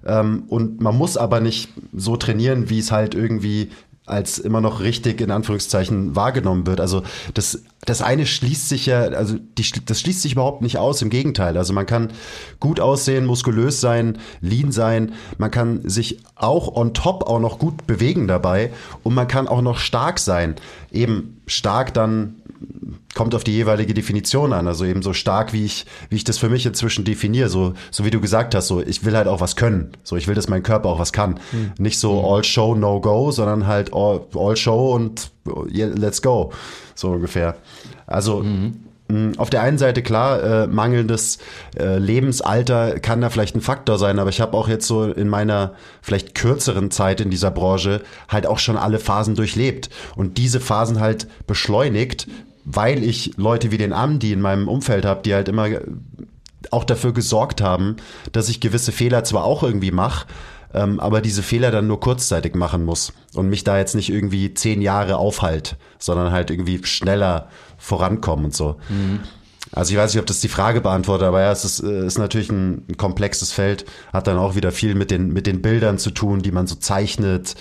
Und man muss aber nicht so trainieren, wie es halt irgendwie als immer noch richtig in Anführungszeichen wahrgenommen wird. Also das eine schließt sich ja, also das schließt sich überhaupt nicht aus, im Gegenteil. Also man kann gut aussehen, muskulös sein, lean sein, man kann sich auch on top auch noch gut bewegen dabei und man kann auch noch stark sein. Eben stark dann kommt auf die jeweilige Definition an, also eben so stark, wie ich das für mich inzwischen definiere, so wie du gesagt hast, so ich will halt auch was können, so ich will, dass mein Körper auch was kann, nicht so all show, no go, sondern halt all show und let's go, so ungefähr. Also auf der einen Seite klar, mangelndes Lebensalter kann da vielleicht ein Faktor sein, aber ich habe auch jetzt so in meiner vielleicht kürzeren Zeit in dieser Branche halt auch schon alle Phasen durchlebt und diese Phasen halt beschleunigt, weil ich Leute wie den Andi in meinem Umfeld habe, die halt immer auch dafür gesorgt haben, dass ich gewisse Fehler zwar auch irgendwie mache, aber diese Fehler dann nur kurzzeitig machen muss und mich da jetzt nicht irgendwie 10 Jahre aufhalt, sondern halt irgendwie schneller vorankommen und so. Also ich weiß nicht, ob das die Frage beantwortet, aber ja, es ist natürlich ein komplexes Feld, hat dann auch wieder viel mit den Bildern zu tun, die man so zeichnet,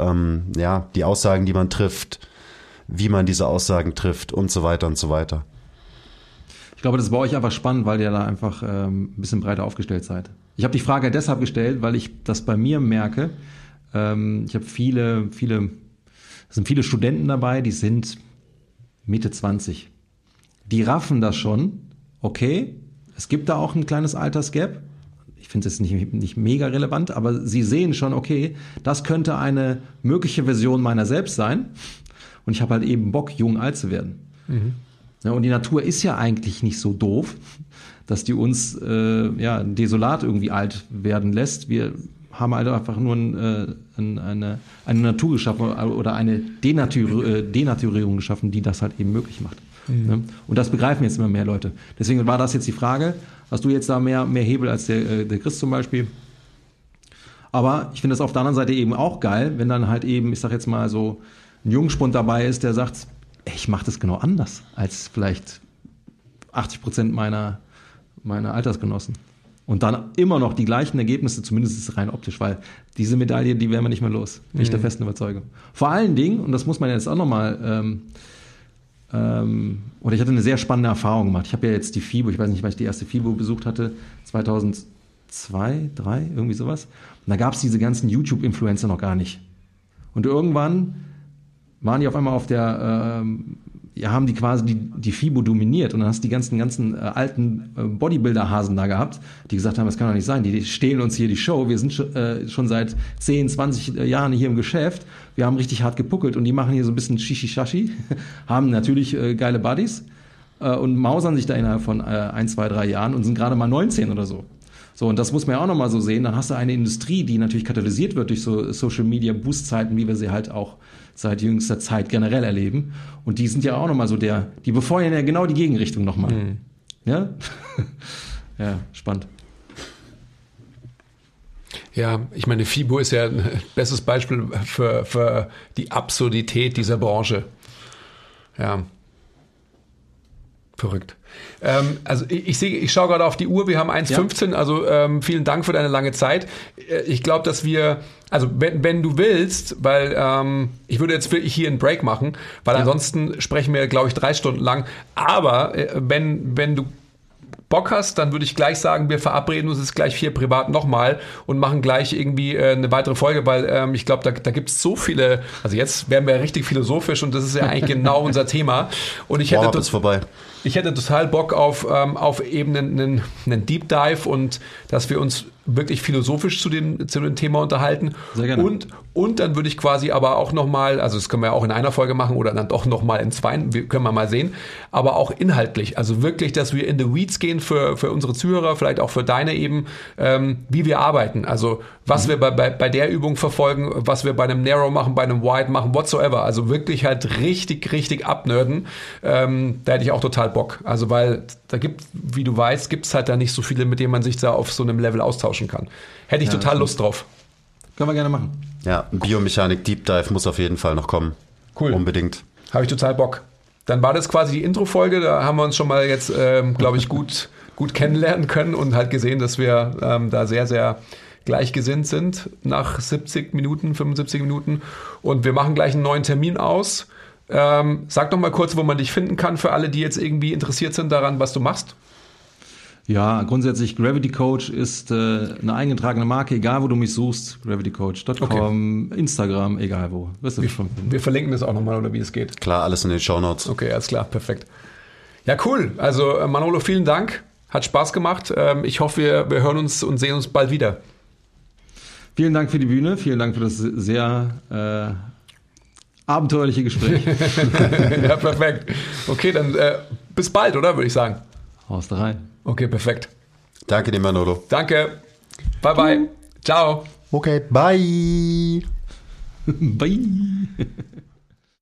die Aussagen, die man trifft, wie man diese Aussagen trifft und so weiter und so weiter. Ich glaube, das ist bei euch einfach spannend, weil ihr da einfach ein bisschen breiter aufgestellt seid. Ich habe die Frage deshalb gestellt, weil ich das bei mir merke. Ich habe viele Studenten dabei, die sind Mitte 20. Die raffen das schon. Okay, es gibt da auch ein kleines Altersgap. Ich finde es jetzt nicht mega relevant, aber sie sehen schon, okay, das könnte eine mögliche Version meiner selbst sein. Und ich habe halt eben Bock, jung alt zu werden. Ja, und die Natur ist ja eigentlich nicht so doof, dass die uns desolat irgendwie alt werden lässt. Wir haben halt einfach nur eine Natur geschaffen oder eine Denaturierung geschaffen, die das halt eben möglich macht. Ne? Und das begreifen jetzt immer mehr Leute. Deswegen war das jetzt die Frage, hast du jetzt da mehr Hebel als der Chris zum Beispiel? Aber ich finde das auf der anderen Seite eben auch geil, wenn dann halt eben, ich sag jetzt mal so, ein Jungspund dabei ist, der sagt, ich mache das genau anders als vielleicht 80% meiner Altersgenossen. Und dann immer noch die gleichen Ergebnisse, zumindest rein optisch, weil diese Medaille, die werden wir nicht mehr los. Bin ich der festen Überzeugung. Vor allen Dingen, und das muss man jetzt auch nochmal, oder ich hatte eine sehr spannende Erfahrung gemacht. Ich habe ja jetzt die FIBO, ich weiß nicht, weil ich die erste FIBO besucht hatte, 2002, 2003, irgendwie sowas. Und da gab es diese ganzen YouTube-Influencer noch gar nicht. Und irgendwann waren die auf einmal auf der, haben die quasi die FIBO dominiert und dann hast du die ganzen alten Bodybuilder-Hasen da gehabt, die gesagt haben, das kann doch nicht sein, die stehlen uns hier die Show, wir sind schon seit 10, 20 Jahren hier im Geschäft, wir haben richtig hart gepuckelt und die machen hier so ein bisschen Shishi-Shashi, haben natürlich geile Buddies und mausern sich da innerhalb von 1, 2, 3 Jahren und sind gerade mal 19 oder so. So, und das muss man ja auch nochmal so sehen. Dann hast du eine Industrie, die natürlich katalysiert wird durch so Social-Media-Boost-Zeiten, wie wir sie halt auch seit jüngster Zeit generell erleben. Und die sind ja auch nochmal so die befeuern ja genau die Gegenrichtung nochmal. Mhm. Ja? Ja, spannend. Ja, ich meine, FIBO ist ja ein bestes Beispiel für die Absurdität dieser Branche. Ja. Verrückt. Also ich schaue gerade auf die Uhr, wir haben 1:15, ja. Also vielen Dank für deine lange Zeit. Ich glaube, dass wir, also wenn du willst, weil ich würde jetzt wirklich hier einen Break machen, weil ansonsten sprechen wir, glaube ich, 3 Stunden lang. Aber wenn du Bock hast, dann würde ich gleich sagen, wir verabreden uns jetzt gleich hier privat nochmal und machen gleich irgendwie eine weitere Folge, weil ich glaube, da gibt es so viele, also jetzt werden wir ja richtig philosophisch und das ist ja eigentlich genau unser Thema. Und ich hätte total Bock auf eben einen Deep Dive und dass wir uns wirklich philosophisch zu dem Thema unterhalten. Sehr gerne. Und dann würde ich quasi aber auch nochmal, also das können wir ja auch in einer Folge machen oder dann doch nochmal in 2, können wir mal sehen, aber auch inhaltlich, also wirklich, dass wir in the weeds gehen für unsere Zuhörer, vielleicht auch für deine eben, wie wir arbeiten, also was wir bei der Übung verfolgen, was wir bei einem Narrow machen, bei einem Wide machen, whatsoever, also wirklich halt richtig abnörden, da hätte ich auch total Bock, also weil da gibt, wie du weißt, gibt es halt da nicht so viele, mit denen man sich da auf so einem Level austauschen kann. Hätte ich total Lust drauf. Können wir gerne machen. Ja, Biomechanik Deep Dive muss auf jeden Fall noch kommen. Cool. Unbedingt. Habe ich total Bock. Dann war das quasi die Intro-Folge, da haben wir uns schon mal jetzt, glaube ich, gut kennenlernen können und halt gesehen, dass wir da sehr, sehr gleichgesinnt sind nach 70 Minuten, 75 Minuten und wir machen gleich einen neuen Termin aus. Sag doch mal kurz, wo man dich finden kann für alle, die jetzt irgendwie interessiert sind daran, was du machst. Ja, grundsätzlich Gravity Coach ist eine eingetragene Marke, egal wo du mich suchst, gravitycoach.com, okay. Instagram, egal wo. Wir verlinken das auch nochmal, oder wie es geht. Klar, alles in den Shownotes. Okay, alles klar, perfekt. Ja, cool. Also Manolo, vielen Dank. Hat Spaß gemacht. Ich hoffe, wir hören uns und sehen uns bald wieder. Vielen Dank für die Bühne, vielen Dank für das sehr abenteuerliche Gespräch. Ja, perfekt. Okay, dann bis bald, oder? Würde ich sagen. Haust rein. Okay, perfekt. Danke dir, Manolo. Danke. Bye, bye. Ciao. Okay, bye. Bye.